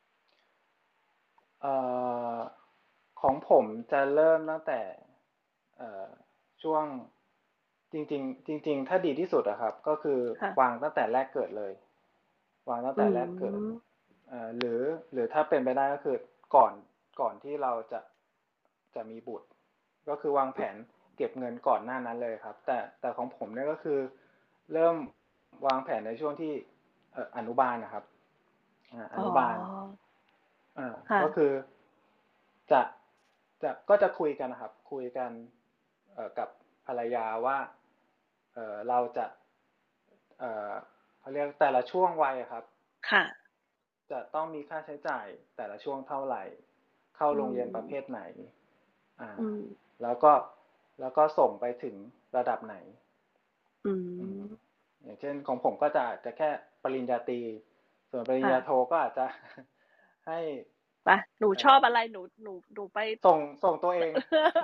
ของผมจะเริ่มตั้งแต่ช่วงจริงถ้าดีที่สุดอะครับก็คือวางตั้งแต่แรกเกิดเลยวางตั้งแต่แรกเกิดหรือถ้าเป็นไปได้ก็คือก่อนที่เราจะมีบุตรก็คือวางแผนเก็บเงินก่อนหน้านั้นเลยครับแต่ของผมเนี่ยก็คือเริ่มวางแผนในช่วงที่อนุบาลนะครับอนุบาลก็คือก็จะคุยกันนะครับคุยกันกับภรรยาว่าเราจะเขาเรียกแต่ละช่วงวัยครับค่ะจะต้องมีค่าใช้จ่ายแต่ละช่วงเท่าไหร่เข้าโรงเรียนประเภทไหนแล้วก็ส่งไปถึงระดับไหนอย่างเช่นของผมก็จะแค่ปริญญาตรีส่วนปริญญาโทก็อาจจะให้ไปหนูชอบอะไรหนูไปส่งตัวเอง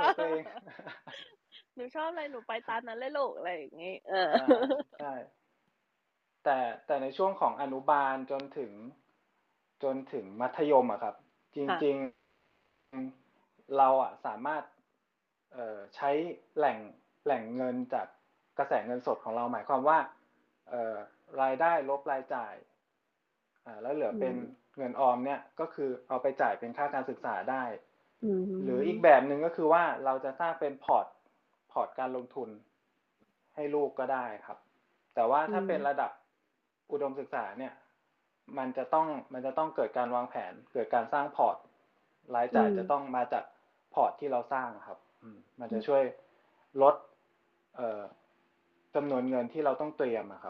หนูชอบอะไรหนูไปตามนั้นเลยลูกอะไรอย่างงี้ใช่แต่ในช่วงของอนุบาลจนถึงมัธยมอะครับจริงเราสามารถใช้แหล่งเงินจากกระแสเงินสดของเราหมายความว่ารายได้ลบรายจ่ายแล้วเหลือเป็นเงินออมเนี่ยก็คือเอาไปจ่ายเป็นค่าการศึกษาได้หรืออีกแบบหนึ่งก็คือว่าเราจะสร้างเป็นพอร์ตการลงทุนให้ลูกก็ได้ครับแต่ว่าถ้าเป็นระดับอุดมศึกษาเนี่ยมันจะต้องเกิดการวางแผนเกิดการสร้างพอร์ตรายจ่ายจะต้องมาจากพอร์ตที่เราสร้างครับมันจะช่วยลดจำนวนเงินที่เราต้องเตรียมครับ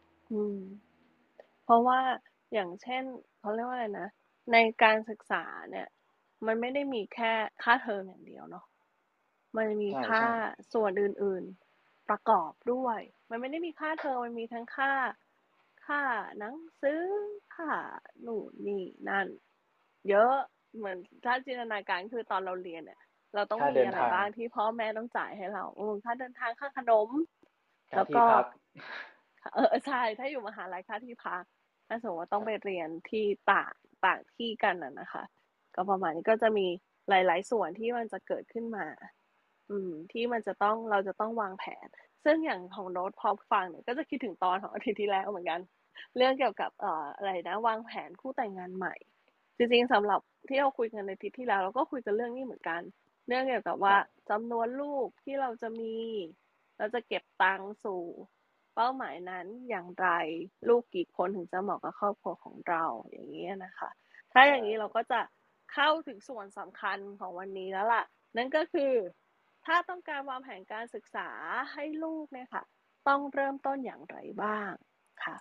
เพราะว่าอย่างเช่นเขาเรียกว่าอะไรนะในการศึกษาเนี่ยมันไม่ได้มีแค่ค่าเทอมอย่างเดียวเนาะมันมีค่าส่วนอื่นๆประกอบด้วยมันไม่ได้มีค่าเทอมมันมีทั้งค่าหนังสือค่านู่นนี่นั่นเยอะเหมือนถ้าจินตนาการคือตอนเราเรียนเนี่ยเราต้องมีอะไรบ้างที่พ่อแม่ต้องจ่ายให้เราค่าเดินทางค่าขนมแล้วก็ใช่ถ้าอยู่มหาลัยค่าที่พักถ้าสมมติว่าต้องไปเรียนที่ต่างที่กันนะคะก็ประมาณนี้ก็จะมีหลายๆส่วนที่มันจะเกิดขึ้นมาที่เราจะต้องวางแผนซึ่งอย่างของโน้ตพอฟังเนี่ยก็จะคิดถึงตอนของอาทิตย์ที่แล้วเหมือนกันเรื่องเกี่ยวกับอะไรนะวางแผนคู่แต่งงานใหม่จริงๆสำหรับที่เราคุยกันในอาทิตย์ที่แล้วเราก็คุยกันเรื่องนี้เหมือนกันเรื่องเกี่ยวกับว่าจำนวนลูกที่เราจะมีเราจะเก็บตังค์สู่เป้าหมายนั้นอย่างไรลูกกี่คนถึงจะเหมาะกับครอบครัวของเราอย่างนี้นะคะถ้าอย่างนี้เราก็จะเข้าถึงส่วนสำคัญของวันนี้แล้วล่ะนั่นก็คือถ้าต้องการวางแผนการศึกษาให้ลูกเนี่ยค่ะต้องเริ่มต้นอย่างไรบ้างค่ะ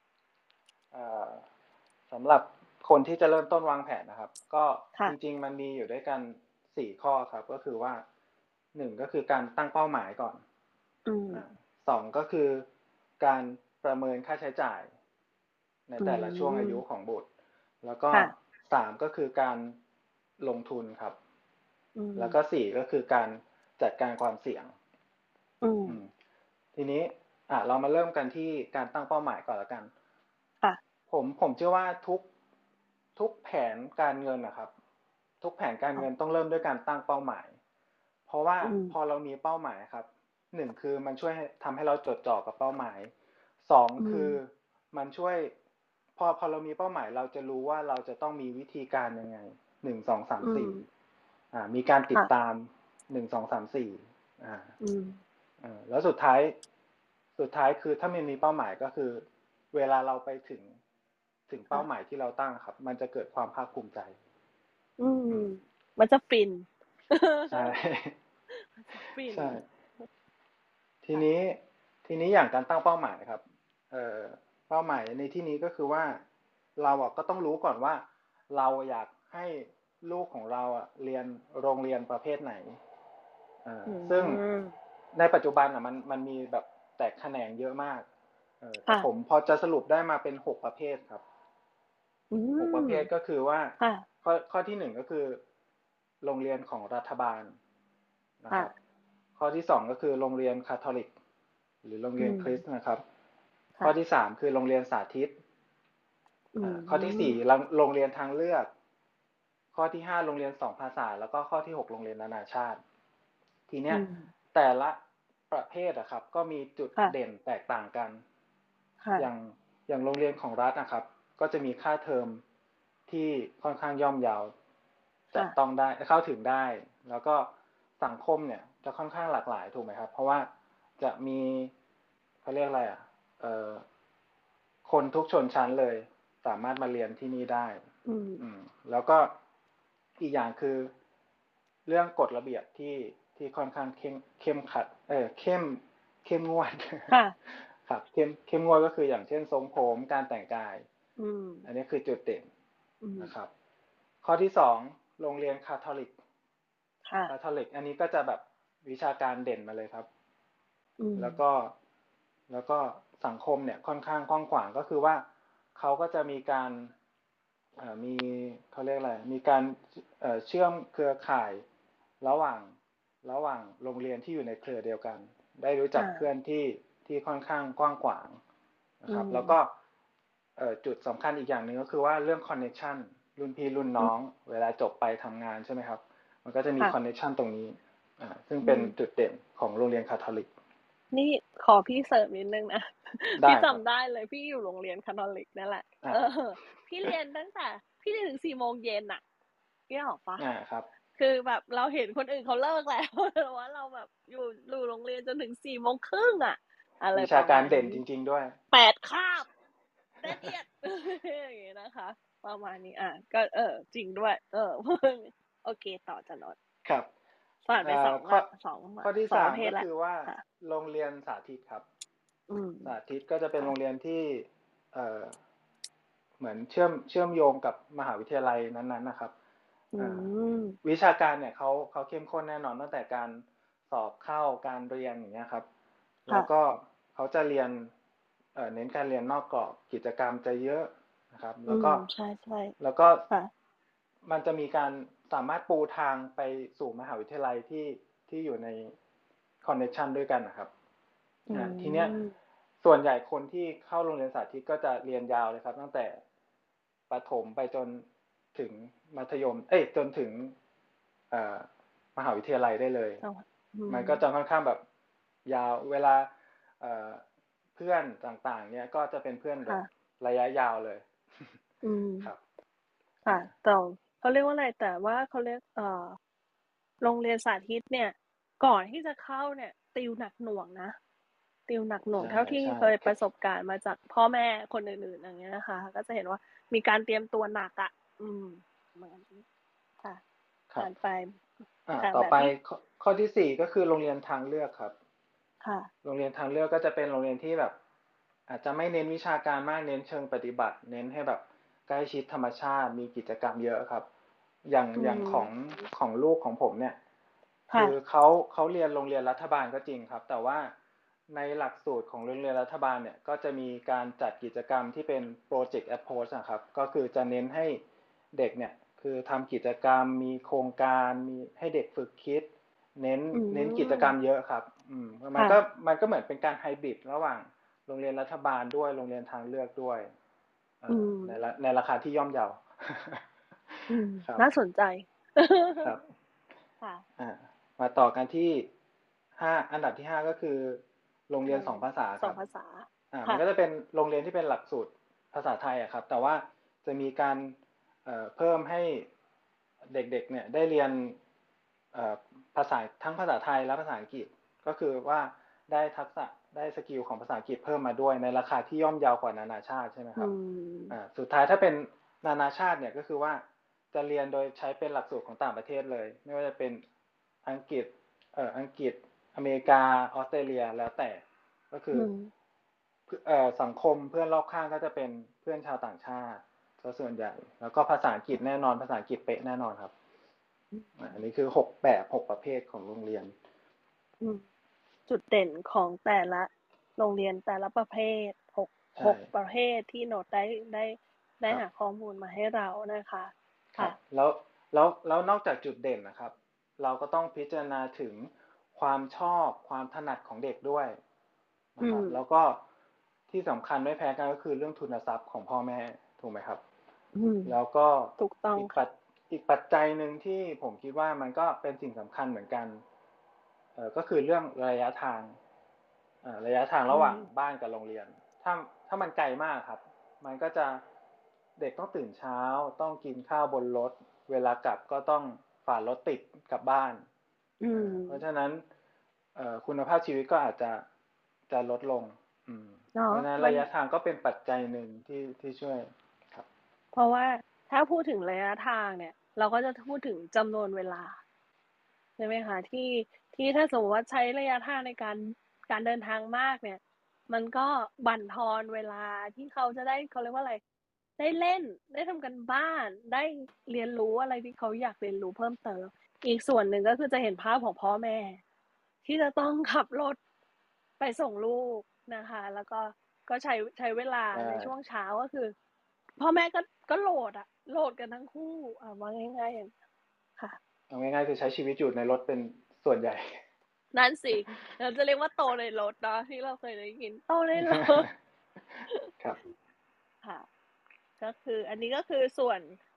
สำหรับคนที่จะเริ่มต้นวางแผนนะครับก็จริงๆมันมีอยู่ด้วยกัน4ข้อครับก็คือว่า1ก็คือการตั้งเป้าหมายก่อน2ก็คือการประเมินค่าใช้จ่ายในแต่ละช่วงอายุของบุตรแล้วก็3ก็คือการลงทุนครับแล้วก็4ก็คือการจัดการความเสี่ยงทีนี้เรามาเริ่มกันที่การตั้งเป้าหมายก่อนแล้วกันผมเชื่อว่าทุกแผนการเงินนะครับทุกแผนการเงินต้องเริ่มด้วยการตั้งเป้าหมายเพราะว่าพอเรามีเป้าหมายครับ1คือมันช่วยทำให้เราจดจ่อกับเป้าหมาย2คือมันช่วยพอเรามีเป้าหมายเราจะรู้ว่าเราจะต้องมีวิธีการยังไง1 2 3 4มีการติดตาม1 2 3 4แล้วสุดท้ายคือถ้ามันมีเป้าหมายก็คือเวลาเราไปถึงเป้าหมายที่เราตั้งครับมันจะเกิดความภาคภูมิใจมันจะฟินใช่ใช่ทีนี้อย่างการตั้งเป้าหมายครับเป้าหมายในที่นี้ก็คือว่าเราก็ต้องรู้ก่อนว่าเราอยากให้ลูกของเราเรียนโรงเรียนประเภทไหนซึ่งในปัจจุบันมันมีแบบแตกแขนงเยอะมากแต่ผมพอจะสรุปได้มาเป็น6ประเภทครับ6ประเภทก็คือว่าข้อที่1ก็คือโรงเรียนของรัฐบาลนะครับข้อที่2ก็คือโรงเรียนคาทอลิกหรือโรงเรียนคริสต์นะครับข้อที่3คือโรงเรียนสาธิตข้อที่4โรงเรียนทางเลือกข้อที่5โรงเรียน2ภาษาแล้วก็ข้อที่6โรงเรียนนานาชาติทีเนี้ยแต่ละประเภทครับก็มีจุดเด่นแตกต่างกันอย่างโรงเรียนของรัฐนะครับก็จะมีค่าเทอมที่ค่อนข้างย่อมเยาจับต้องได้เข้าถึงได้แล้วก็สังคมเนี่ยจะค่อนข้างหลากหลายถูกไหมครับเพราะว่าจะมีเขาเรียกอะไรคนทุกชนชั้นเลยสามารถมาเรียนที่นี่ได้แล้วก็อีกอย่างคือเรื่องกฎระเบียบที่ค่อนข้างเข้มขัดเข้มงวดครับเข้มงวดก็คืออย่างเช่นทรงผมการแต่งกายอันนี้คือจุดเด่นนะครับข้อที่2โรงเรียนคาทอลิกอันนี้ก็จะแบบวิชาการเด่นมาเลยครับแล้วก็สังคมเนี่ยค่อนข้างกว้างขวางก็คือว่าเขาก็จะมีการมีเขาเรียกอะไรมีการเชื่อมเครือข่ายระหว่างโรงเรียนที่อยู่ในเครือเดียวกันได้รู้จักเพื่อนที่ค่อนข้างกว้างขวางนะครับแล้วก็จุดสำคัญอีกอย่างหนึ่งก็คือว่าเรื่องคอนเนคชั่นรุ่นพี่รุ่นน้องเวลาจบไปทำงานใช่ไหมครับมันก็จะมีคอนเนคชั่นตรงนี้ซึ่งเป็นจุดเด่นของโรงเรียนคาทอลิกนี่ขอพี่เสริมนิดนึงนะได้พี่ครับจำได้เลยพี่อยู่โรงเรียนคาทอลิกนั่นแหละอ่าพี่เรียนตั้งแต่พี่เรียนถึง4 โมงเย็นน่ะพี่ออกปะครับคือแบบเราเห็นคนอื่นเขาเลิกแล้ว แต่ว่าเราแบบอยู่โรงเรียนจนถึง4 โมงครึ่งอ่ะอะไรวิปชาระกามาณรเด่นนี้จริง ๆด้วย 8 คาบเด็ดเอียด อย่างงี้นะคะ ประมาณนี้ก็จริงด้วย โอเคต่อจะนดครับสอนไปสองข้อที่สอง 3 ประเภทก็แล้วคือว่าค่ะโรงเรียนสาธิตครับอืมสาธิตก็จะเป็นโรงเรียนที่เหมือนเชื่อมโยงกับมหาวิทยาลัยนั้นๆนะครับวิชาการเนี่ยเขาเข้มข้นแน่นอนตั้งแต่การสอบเข้าการเรียนอย่างเงี้ยครับแล้วก็เขาจะเรียนเน้นการเรียนนอกกรอบกิจกรรมจะเยอะนะครับแล้วก็ใช่ๆแล้วก็มันจะมีการสามารถปูทางไปสู่มหาวิทยาลัยที่อยู่ในคอนเนคชั่นด้วยกันนะครับทีเนี้ยส่วนใหญ่คนที่เข้าโรงเรียนสาธิตก็จะเรียนยาวเลยครับตั้งแต่ประถมไปจนถึงมัธยมจนถึงมหาวิทยาลัยได้เลยมันก็จะค่อนข้างแบบยาวเวลาเพื่อนต่างๆเนี่ยก็จะเป็นเพื่อนแบบระยะยาวเลยครับค่ะแต่เขาเรียกว่าอะไรแต่ว่าเขาเรียกโรงเรียนสาธิตเนี่ยก่อนที่จะเข้าเนี่ยติวหนักหน่วงนะติวหนักหน่วงเท่าที่เคยประสบการณ์มาจากพ่อแม่คนอื่นๆอย่างเงี้ยนะคะก็จะเห็นว่ามีการเตรียมตัวหนักเหมือนค่ะผ่านไปต่อไปข้อที่4ก็คือโรงเรียนทางเลือกครับค่ะโรงเรียนทางเลือกก็จะเป็นโรงเรียนที่แบบอาจจะไม่เน้นวิชาการมากเน้นเชิงปฏิบัติเน้นให้แบบใกล้ชิดธรรมชาติมีกิจกรรมเยอะครับอย่างของลูกของผมเนี่ยคือเขาเรียนโรงเรียนรัฐบาลก็จริงครับแต่ว่าในหลักสูตรของโรงเรียนรัฐบาลเนี่ยก็จะมีการจัดกิจกรรมที่เป็น project approach นะครับก็คือจะเน้นให้เด็กเนี่ยคือทำกิจกรรมมีโครงการมีให้เด็กฝึกคิดเน้นกิจกรรมเยอะครับมันก็เหมือนเป็นการไฮบริดระหว่างโรงเรียนรัฐบาลด้วยโรงเรียนทางเลือกด้วยในราคาที่ย่อมเยาน่าสนใจครับมาต่อกันที่อันดับที่5ก็คือโรงเรียน2 ภาษาครับ 2 ภาษามันก็จะเป็นโรงเรียนที่เป็นหลักสูตรภาษาไทยครับแต่ว่าจะมีการเพิ่มให้เด็กๆเนี่ยได้เรียนภาษาทั้งภาษาไทยและภาษาอังกฤษก็คือว่าได้ทักษะได้สกิลของภาษาอังกฤษเพิ่มมาด้วยในราคาที่ย่อมเยาวกว่านานาชาติใช่ไหมครับสุดท้ายถ้าเป็นนานาชาติเนี่ยก็คือว่าจะเรียนโดยใช้เป็นหลักสูตรของต่างประเทศเลยไม่ว่าจะเป็นอังกฤษอเมริกาออสเตรเลียแล้วแต่ก็คือสังคมเพื่อนรอบข้างก็จะเป็นเพื่อนชาวต่างชาติส่วนใหญ่แล้วก็ภาษาอังกฤษแน่นอนภาษาอังกฤษเป๊ะแน่นอนครับอันนี้คือ6 ประเภทของโรงเรียนจุดเด่นของแต่ละโรงเรียนแต่ละประเภท6 ประเภทที่โน้ตได้หาข้อมูลมาให้เรานะคะค่ะแล้วนอกจากจุดเด่นนะครับเราก็ต้องพิจารณาถึงความชอบความถนัดของเด็กด้วยนะครับแล้วก็ที่สำคัญไม่แพ้กันก็คือเรื่องทุนทรัพย์ของพ่อแม่ถูกไหมครับแล้วก็ถูกต้องอีกปัจจัยหนึ่งที่ผมคิดว่ามันก็เป็นสิ่งสำคัญเหมือนกันก็คือเรื่องระยะทางระหว่างบ้านกับโรงเรียนถ้ามันไกลมากครับมันก็จะเด็กต้องตื่นเช้าต้องกินข้าวบนรถเวลากลับก็ต้องฝ่ารถติดกลับบ้านเพราะฉะนั้นคุณภาพชีวิตก็อาจจะลดลงเพราะฉะนั้นระยะทางก็เป็นปัจจัยหนึ่งที่ช่วยครับเพราะว่าถ้าพูดถึงระยะทางเนี่ยเราก็จะพูดถึงจำนวนเวลาใช่ไหมคะที่ถ้าสมมติว่าใช้ระยะทางในการเดินทางมากเนี่ยมันก็บั่นทอนเวลาที่เขาจะได้เขาเรียกว่าอะไรได้เล่นได้ทำกันบ้านได้เรียนรู้อะไรที่เขาอยากเรียนรู้เพิ่มเติมอีกส่วนหนึ่งก็คือจะเห็นภาพของพ่อแม่ที่จะต้องขับรถไปส่งลูกนะคะแล้วก็ใช้เวลาในช่วงเช้าก็คือพ่อแม่ก็โหลดกันทั้งคู่ว่าง่ายๆค่ะเอาง่ายๆคือใช้ชีวิตอยู่ในรถเป็นส่วนใหญ่นั่นสิเราจะเรียกว่าโตในรถเนาะที่เราเคยได้ยินโตในรถครับค่ะก็คืออันนี้ก็คือส่วน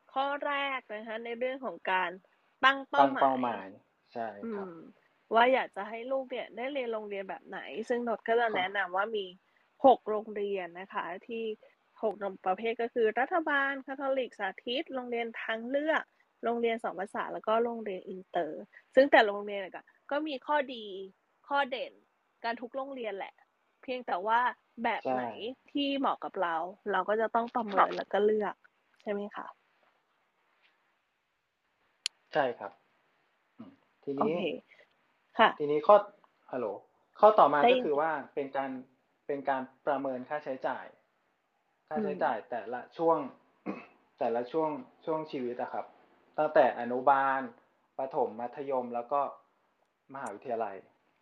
ข้อแรกนะคะในเรื่องของการตั้งเป้าตั้งหมาเป้าย หมายใช่อืครับม ว่าอยากจะให้ลูกเนี่ยได้เรียนโรงเรียนแบบไหน ซึ่งนดก็จะครับแนะนำว่ามี6โรงเรียนนะคะ ที่6ประเภทก็คือรัฐบาลคาทอลิกสาธิตโรงเรียนทางเลือกโรงเรียน2ภาษาแล้วก็โรงเรียนอินเตอร์ ซึ่งแต่ละโรงเรียนน่ะก็มีข้อดีข้อเด่นกันทุกโรงเรียนแหละ เพียงแต่ว่าแบบใช่ไหนที่เหมาะกับเรา เราก็จะต้องประเมินแล้วก็เลือกใช่ไหมคะใช่ครับทีโอนี้เค ค่ะทีนี้ฮัลโหลข้อต่อมาได้ก็ยินคือว่าเป็นการประเมินค่าใช้จ่าย ค่าใช้จ่ายแต่ละช่วง แต่ละช่วงชีวิตอะครับ ตั้งแต่อนุบาลประถมมัธยมแล้วก็มหาวิทยาลัย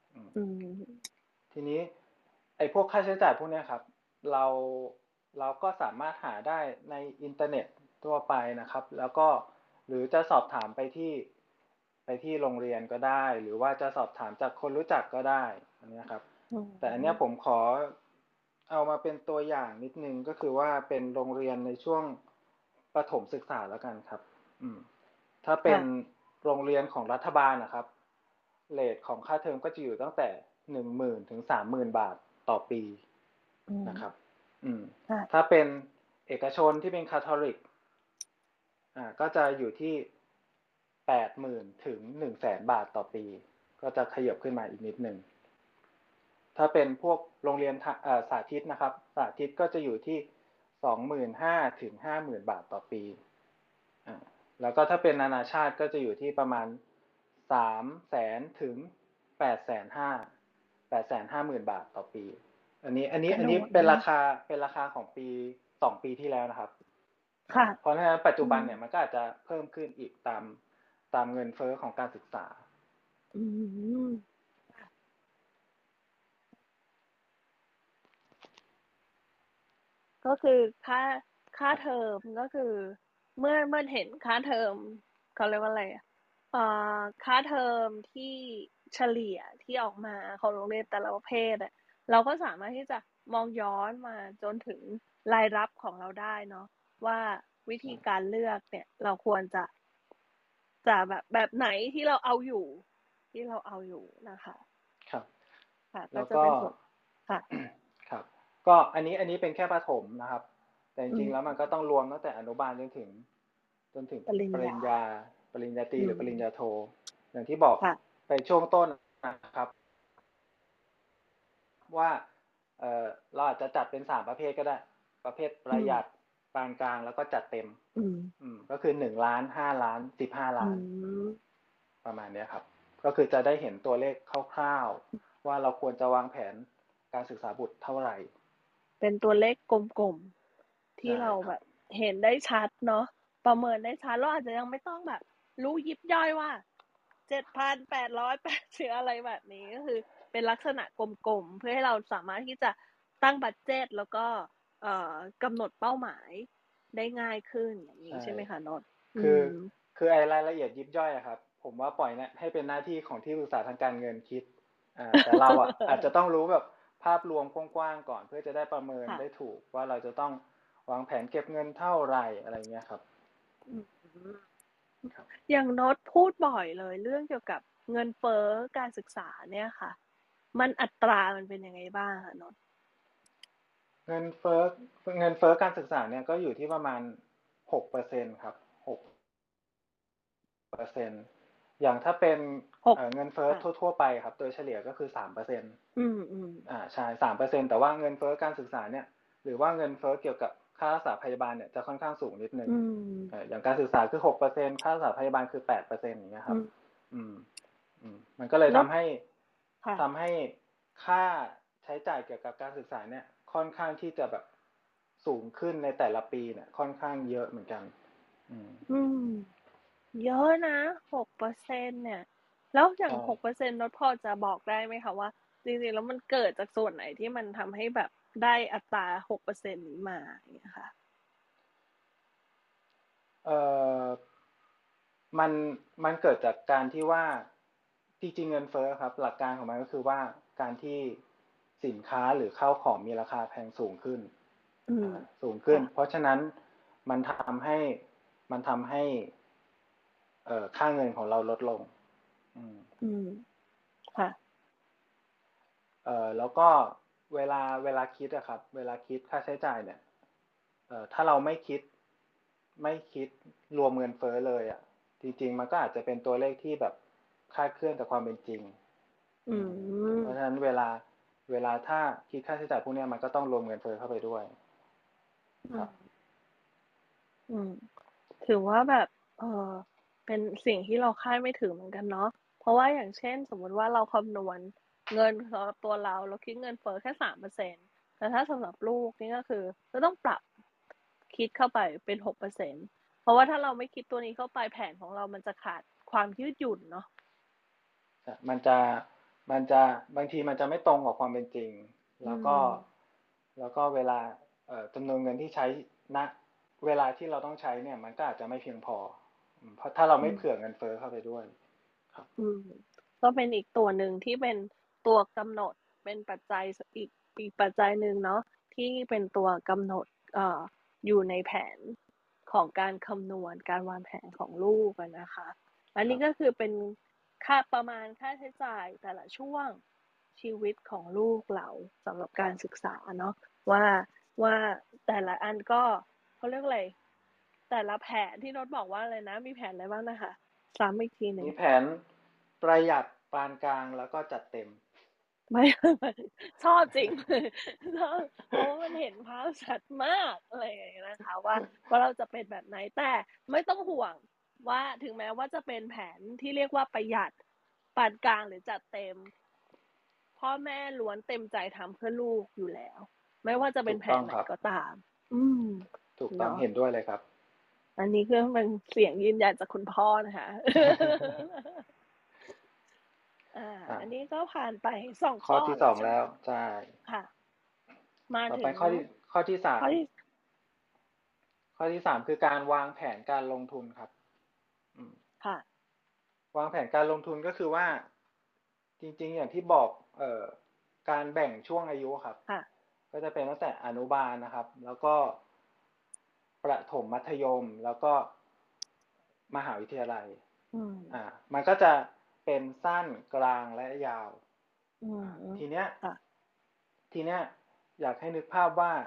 ทีนี้ไอ้พวกค่าใช้จ่ายพวกเนี้ยครับ เราก็สามารถหาได้ในอินเทอร์เน็ตทั่วไปนะครับ แล้วก็หรือจะสอบถามไปที่โรงเรียนก็ได้ หรือว่าจะสอบถามจากคนรู้จักก็ได้อันนี้ครับ แต่อันเนี้ยผมขอเอามาเป็นตัวอย่างนิดนึงก็คือว่าเป็นโรงเรียนในช่วงประถมศึกษาแล้วกันครับ ถ้าเป็นโรงเรียนของรัฐบาลนะครับ เรทของค่าเทอมก็จะอยู่ตั้งแต่ 10,000 ถึง 30,000 บาทต่อปีนะครับ ถ้าเป็นเอกชนที่เป็นคาทอลิกก็จะอยู่ที่ 80,000 ถึง 100,000 บาทต่อปี ก็จะขยับขึ้นมาอีกนิดนึง ถ้าเป็นพวกโรงเรียนสาธิตนะครับ สาธิตก็จะอยู่ที่ 25,000 ถึง 50,000 บาทต่อปีแล้วก็ถ้าเป็นนานาชาติก็จะอยู่ที่ประมาณ 300,000 ถึง 850,000 บาทต่อปี อันนี้เป็นราคาของ2 ปีที่แล้วนะครับ เพราะฉะนั้นปัจจุบันเนี่ยมันก็อาจจะเพิ่มขึ้นอีกตามเงินเฟ้อของการศึกษาก็คือค่าเทอมก็คือเมื่อเห็นค่าเทอมเขาเรียกว่าอะไรค่าเทอมที่เฉลี่ยที่ออกมาของโรงเรียนแต่ละประเภทเราก็สามารถที่จะมองย้อนมาจนถึงรายรับของเราได้เนาะว่าวิธีการเลือกเนี่ยเราควรจะแบบไหนที่เราเอาอยู่นะคะครับค่ะแล้วจะก็เป็นส่วนค่ะครับ ก็อันนี้เป็นแค่ประถมนะครับ แต่จริงๆแล้วมันก็ต้องรวมตั้งแต่อนุบาลจนถึงปริญญาตรีหรือปริญญาโท อย่างที่บอกไปช่วงต้นนะครับ ว่าเราอาจจะจัดเป็น3ประเภทก็ได้ ประเภทประหยัดปานกลางแล้วก็จัดเต็มก็คือ1 ล้าน5 ล้าน15 ล้านประมาณนี้ครับ ก็คือจะได้เห็นตัวเลขคร่าวๆว่าเราควรจะวางแผนการศึกษาบุตรเท่าไหร่เป็นตัวเลขกลมๆที่เราแบบเห็นได้ชัดเนาะประเมินได้ชัดเราอาจจะยังไม่ต้องแบบรู้ยิบย่อยว่า 7,880 อะไรแบบนี้ก็คือเป็นลักษณะกลมๆเพื่อให้เราสามารถที่จะตั้งบัดเจ็ตแล้วก็กำหนดเป้าหมายได้ง่ายขึ้นอย่างนี้ใช่ไหมคะนนท์คือไอ้รายละเอียดยิบย่อยอะครับผมว่าปล่อยให้เป็นหน้าที่ของที่ปรึกษาทางการเงินคิดแต่เราอะ อาจจะต้องรู้แบบภาพรวมกว้างๆก่อนเพื่อจะได้ประเมินได้ถูกว่าเราจะต้องวางแผนเก็บเงินเท่าไหร่อะไรเงี้ยครับอย่างโน้ตพูดบ่อยเลยเรื่องเกี่ยวกับเงินเฟ้อการศึกษาเนี่ยค่ะมันอัตรามันเป็นยังไงบ้างคะโน้ตเงินเฟ้อการศึกษาเนี่ยก็อยู่ที่ประมาณ 6% ครับ 6%อย่างถ้าเป็นเงินเฟ้อทั่วๆไปครับโดยเฉลี่ยก็คือ 3%ใช่ 3% แต่ว่าเงินเฟ้อการศึกษาเนี่ยหรือว่าเงินเฟ้อเกี่ยวกับค่ารักษาพยาบาลเนี่ยจะค่อนข้างสูงนิดนึงอย่างการศึกษาคือ 6% ค่ารักษาพยาบาลคือ 8% อย่างเงี้ยครับมันก็เลยทำให้ค่าใช้จ่ายเกี่ยวกับการศึกษาเนี่ยค่อนข้างที่จะแบบสูงขึ้นในแต่ละปีเนี่ยค่อนข้างเยอะเหมือนกันเยอะนะ 6% เนี่ยแล้วอย่าง 6% นดพอจะบอกได้ไหมคะว่าจริงๆแล้วมันเกิดจากส่วนไหนที่มันทำให้แบบได้อัตรา 6% นี้มาอย่างเงี้ยค่ะมันเกิดจากการที่ว่าจริงๆเงินเฟ้อครับหลักการของมันก็คือว่าการที่สินค้าหรือข้าวของมีราคาแพงสูงขึ้น เพราะฉะนั้นมันทำให้มันทำให้ค่าเงินของเราลดลงค่ะแล้วก็เวลาคิดอะครับเวลาคิดค่าใช้จ่ายเนี่ยถ้าเราไม่คิดรวมเงินเฟ้อเลยอะจริงๆมันก็อาจจะเป็นตัวเลขที่แบบคลาดเคลื่อนจากความเป็นจริงเพราะฉะนั้นเวลาถ้าคิดค่าใช้จ่ายพวกนี้มันก็ต้องรวมเงินเฟ้อเข้าไปด้วยครับถือว่าแบบเป็นสิ่งที่เราคาดไม่ถึงเหมือนกันเนาะเพราะว่าอย่างเช่นสมมติว่าเราคำนวณเงินสำหรับตัวเราคิดเงินเฟ้อแค่3%แต่ถ้าสำหรับลูกนี่ก็คือจะต้องปรับคิดเข้าไปเป็น6%เพราะว่าถ้าเราไม่คิดตัวนี้เข้าไปแผนของเรามันจะขาดความยืดหยุ่นเนาะมันจะบางทีมันจะไม่ตรงกับความเป็นจริงแล้วก็เวลาจำนวนเงินที่ใช้ณเวลาที่เราต้องใช้เนี่ยมันก็อาจจะไม่เพียงพอเพราะถ้าเราไม่เผื่อเงินเฟ้อเข้าไปด้วยครับก็เป็นอีกตัวหนึ่งที่เป็นตัวกำหนดเป็นปัจจัยอีกปัจจัยหนึ่งเนาะที่เป็นตัวกำหนดอยู่ในแผนของการคำนวณการวางแผนของลูกนะคะอันนี้ก็คือเป็นประมาณค่าใช้จ่ายแต่ละช่วงชีวิตของลูกเราสำหรับการศึกษาเนาะว่าแต่ละอันก็เขาเรียกอะไรแต่ละแผนที่โน้ตบอกว่าอะไรนะมีแผนอะไรบ้างนะคะซ้ำอีกทีหนึ่งมีแผนประหยัดปานกลางแล้วก็จัดเต็มไม่ชอบจริงเพราะว่ามันเห็นภาพชัดมากอะไรอย่างนี้นะคะว่าเราจะเป็นแบบไหนแต่ไม่ต้องห่วงว่าถึงแม้ว่าจะเป็นแผนที่เรียกว่าประหยัดปานกลางหรือจัดเต็มพ่อแม่ล้วนเต็มใจทำเพื่อลูกอยู่แล้วไม่ว่าจะเป็นแผนไหนก็ตามถูกต้องเห็นด้วยเลยครับอันนี้คือมันเสียงยืนยันจากคุณพ่อนะคะอันนี้ก็ผ่านไป2ข้อที่2แล้วใช่ค่ะมาถึงข้อที่3คือการวางแผนการลงทุนครับค่ะวางแผนการลงทุนก็คือว่าจริงๆอย่างที่บอกการแบ่งช่วงอายุครับก็จะเป็นตั้งแต่อนุบาลนะครับแล้วก็ประถมมัธยมแล้วก็มหาวิทยาลัยมันก็จะเป็นสั้นกลางและยาวทีเนี้ยอยากให้นึกภาพว่า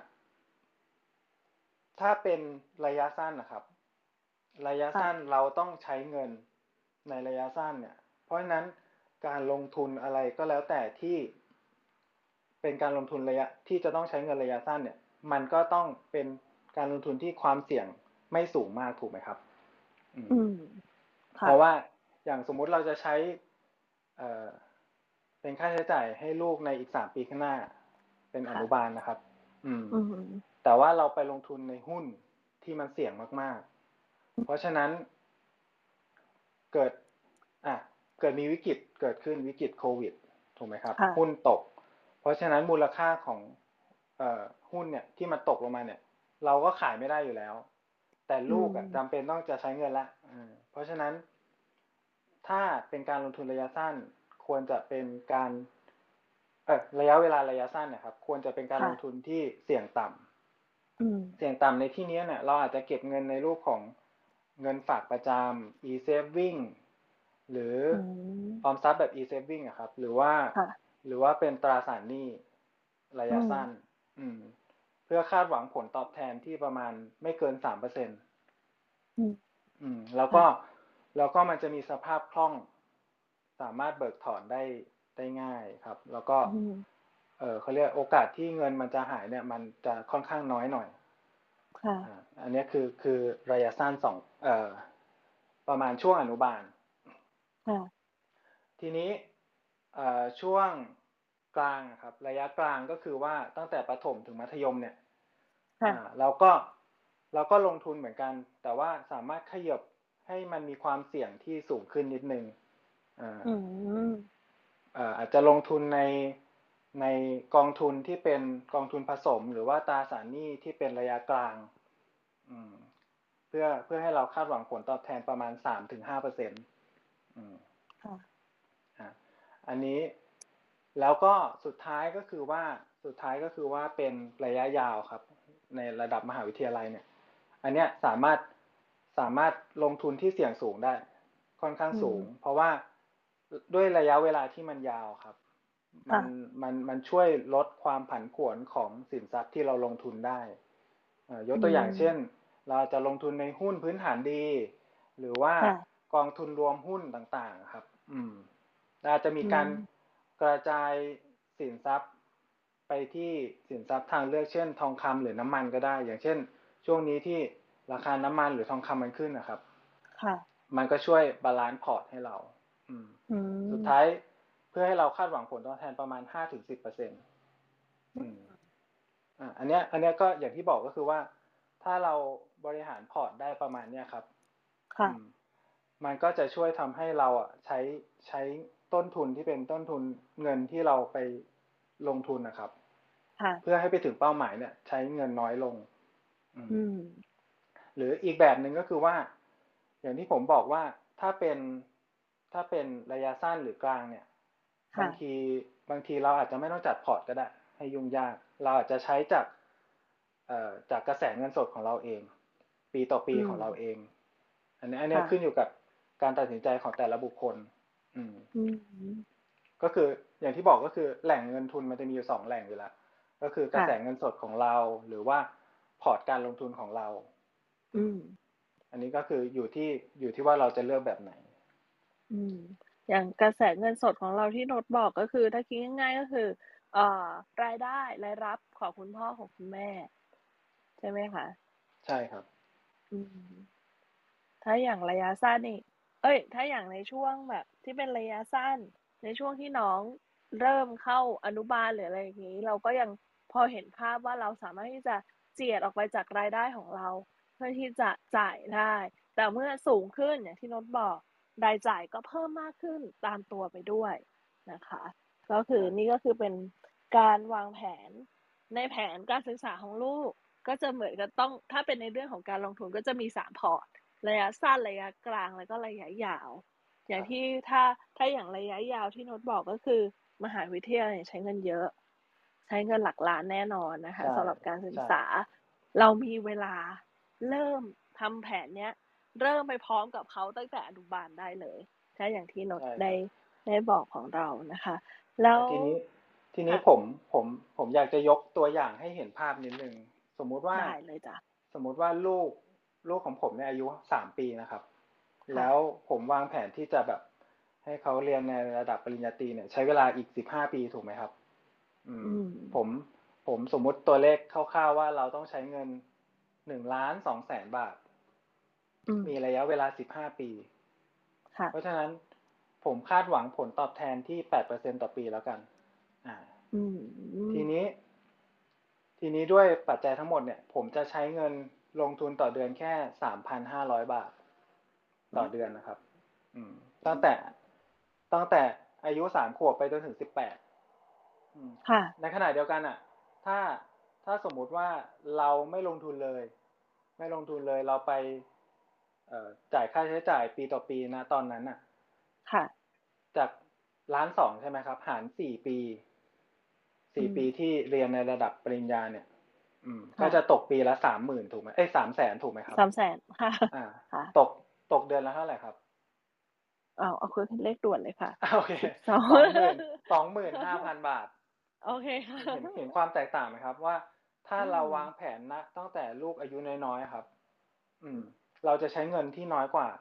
ถ้าเป็นระยะสั้นนะครับระยะสั้นเราต้องใช้เงินในระยะสั้นเนี่ยเพราะฉะนั้นการลงทุนอะไรก็แล้วแต่ที่เป็นการลงทุนระยะที่จะต้องใช้เงินระยะสั้นเนี่ยมันก็ต้องเป็นการลงทุนที่ความเสี่ยงไม่สูงมากถูกไหมครับเพราะว่าอย่างสมมุติเราจะใช้เป็นค่าใช้จ่ายให้ลูกในอีก3 ปีข้างหน้าเป็นอนุบาลนะครับแต่ว่าเราไปลงทุนในหุ้นที่มันเสี่ยงมากๆเพราะฉะนั้นเกิดมีวิกฤตเกิดขึ้นวิกฤตโควิดถูกไหมครับหุ้นตกเพราะฉะนั้นมูลค่าของหุ้นเนี่ยที่มันตกลงมาเนี่ยเราก็ขายไม่ได้อยู่แล้วแต่ลูกจำเป็นต้องจะใช้เงินละเพราะฉะนั้นถ้าเป็นการลงทุนระยะสั้นควรจะเป็นการระยะเวลาระยะสั้นนะครับควรจะเป็นการลงทุนที่เสี่ยงต่ำเสี่ยงต่ำในที่นี้เนี่ยเราอาจจะเก็บเงินในรูปของเงินฝากประจำ e-saving หรือออมทรัพย์แบบ e-saving อะครับหรือว่าเป็นตราสารหนี้ระยะสั้นเพื่อคาดหวังผลตอบแทนที่ประมาณไม่เกิน 3% แล้วก็มันจะมีสภาพคล่องสามารถเบิกถอนได้ง่ายครับแล้วก็เขาเรียกโอกาสที่เงินมันจะหายเนี่ยมันจะค่อนข้างน้อยหน่อยอันนี้คือระยะสั้นประมาณช่วงอนุบาลทีนี้ช่วงกลางครับระยะกลางก็คือว่าตั้งแต่ประถมถึงมัธยมเนี่ยเราก็ลงทุนเหมือนกันแต่ว่าสามารถขยับให้มันมีความเสี่ยงที่สูงขึ้นนิดนึงอาจจะลงทุนในกองทุนที่เป็นกองทุนผสมหรือว่าตราสารหนี้ที่เป็นระยะกลางเพื่อให้เราคาดหวังผลตอบแทนประมาณ 3-5% อันนี้แล้วก็สุดท้ายก็คือว่าเป็นระยะยาวครับในระดับมหาวิทยาลัยเนี่ยอันเนี้ยสามารถสามารถลงทุนที่เสี่ยงสูงได้ค่อนข้างอืสูมง เพราะว่าด้วยระยะเวลาที่มันยาวครับ มัค่ะนมันช่วยลดความผันผวนของสินทรัพย์ที่เราลงทุนได้ยกอืตัวอย่างมเช่น เราจะลงทุนในหุ้นพื้นฐานดี หรือว่าค่ะกองทุนรวมหุ้นต่างๆครับอาจจะมีอืการมกระจายสินทรัพย์ไปที่สินทรัพย์ทางเลือก เช่น ทองคำหรือน้ำมันก็ได้ อย่างเช่น ช่วงนี้ที่ราคาน้ำมันหรือทองคำมันขึ้นนะครับค่ะมันก็ช่วยบาลานซ์พอร์ตให้เราอืสุดมท้ายเพื่อให้เราคาดหวังผลตอบแทนประมาณ 5-10% อันเนี้ยก็อย่างที่บอกก็คือว่า ถ้าเราบริหารพอร์ตได้ประมาณเนี้ยครับค่ะมันก็จะช่วยทำให้เราใช้ต้นทุนที่เป็นต้นทุนเงินที่เราไปลงทุนนะครับค่ะเพื่อให้ไปถึงเป้าหมายเนี่ยใช้เงินน้อยลงอืมหรืออีกแบบหนึ่งก็คือว่า อย่างที่ผมบอกว่าถ้าเป็นระยะสั้นหรือกลางเนี่ยค่ะบางทีเราอาจจะไม่ต้องจัดพอร์ตก็ได้ ให้ยุ่งยาก เราอาจจะใช้จากกระแสเงินสดของเราเอง ปีต่อปีอืของมเราเอง อันนี้ค่ะขึ้นอยู่กับการตัดสินใจของแต่ละบุคคลอืมก็คืออย่างที่บอกก็คือแหล่งเงินทุนมันจะมีอยู่2แหล่งอยู่แล้ว ก็คือกระค่ะแสเงินสดของเรา หรือว่าพอร์ตการลงทุนของเราอืมอันนี้ก็คืออยู่ที่ว่าเราจะเลือกแบบไหนอืม อย่างกระแสเงินสดของเราที่โน้ตบอกก็คือถ้าคิดง่ายๆก็คือรายได้รายรับของคุณพ่อของคุณแม่ ใช่ไหมคะ? ใช่ครับอืม ถ้าอย่างระยะสั้นนี่ ถ้าอย่างในช่วงแบบที่เป็นระยะสั้น ในช่วงที่น้องเริ่มเข้าอนุบาลหรืออะไรอย่างงี้ เราก็ยังพอเห็นภาพว่าเราสามารถที่จะเจียดออกไปจากรายได้ของเรา เพื่อที่จะจ่ายได้ แต่เมื่อสูงขึ้นอย่างที่โน้ตบอก รายจ่ายก็เพิ่มมากขึ้นตามตัวไปด้วยนะคะ ก็คือนี่ก็คือเป็นการวางแผน ในแผนการศึกษาของลูก ก็จะเหมือนกับต้อง ถ้าเป็นในเรื่องของการลงทุนก็จะมี3พอร์ต ระยะสั้น ระยะกลาง แล้วก็ระยะยาว อย่างที่ถ้าอย่างระยะยาวที่โน้ตบอกก็คือมหาวิทยาลัยใช้เงินเยอะ ใช้เงินหลักล้านแน่นอนนะคะใช่สำหรับการศึกใช่ษา เรามีเวลาเริ่มทำแผนเนี้ย เริ่มไปพร้อมกับเขาตั้งแต่อนุบาลได้เลย ถ้าอย่างที่โน้ตใช่คได้รับได้บอกของเรานะคะ แล้วแต่ทีนี้ค่ะผมอยากจะยกตัวอย่างให้เห็นภาพนิดหนึ่ง สมมุติว่าได้เลยจ้ะสมมุติว่าลูกของผมเนี่ยอายุ3 ปีนะครับค่ะแล้วผมวางแผนที่จะแบบให้เขาเรียนในระดับปริญญาตรีเนี่ยใช้เวลาอีก15 ปีถูกไหมครับ? ผมสมมุติตัวเลขคร่าวๆว่าเราต้องใช้เงิน 1,200,000 บาท มีระยะเวลา15 ปีค่ะเพราะฉะนั้นผมคาดหวังผลตอบแทนที่ 8% ต่อปีแล้วกัน ทีนี้ด้วยปัจจัยทั้งหมดเนี่ย ผมจะใช้เงินลงทุนต่อเดือนแค่ 3,500 บาท ต่อเดือนนะครับ ตั้งแต่อายุ3 ขวบไปจนถึง18 ค่ะในขณะเดียวกันถ้าสมมุติว่าเราไม่ลงทุนเลย เราไปจ่ายค่าใช้จ่ายปีต่อปีนะตอนนั้นน่ะค่ะจาก 1,200,000 ใช่ไหมครับ หาร 4 ปี 4 ปีที่เรียนในระดับปริญญาเนี่ย ก็จะตกปีละ 30,000 ถูกไหม? 300,000 ถูกไหมครับ? 300,000 ค่ะ ค่ะตกเดือนละเท่าไหร่ครับ? เอาคือเลขด่วนเลยค่ะโอเค 25,000 บาทโอเคค่ะเห็นความแตกต่างไหมครับว่า ถ้าเราวางแผนณตั้งแต่ลูกอายุน้อยๆครับ เราจะใช้เงินที่น้อยกว่า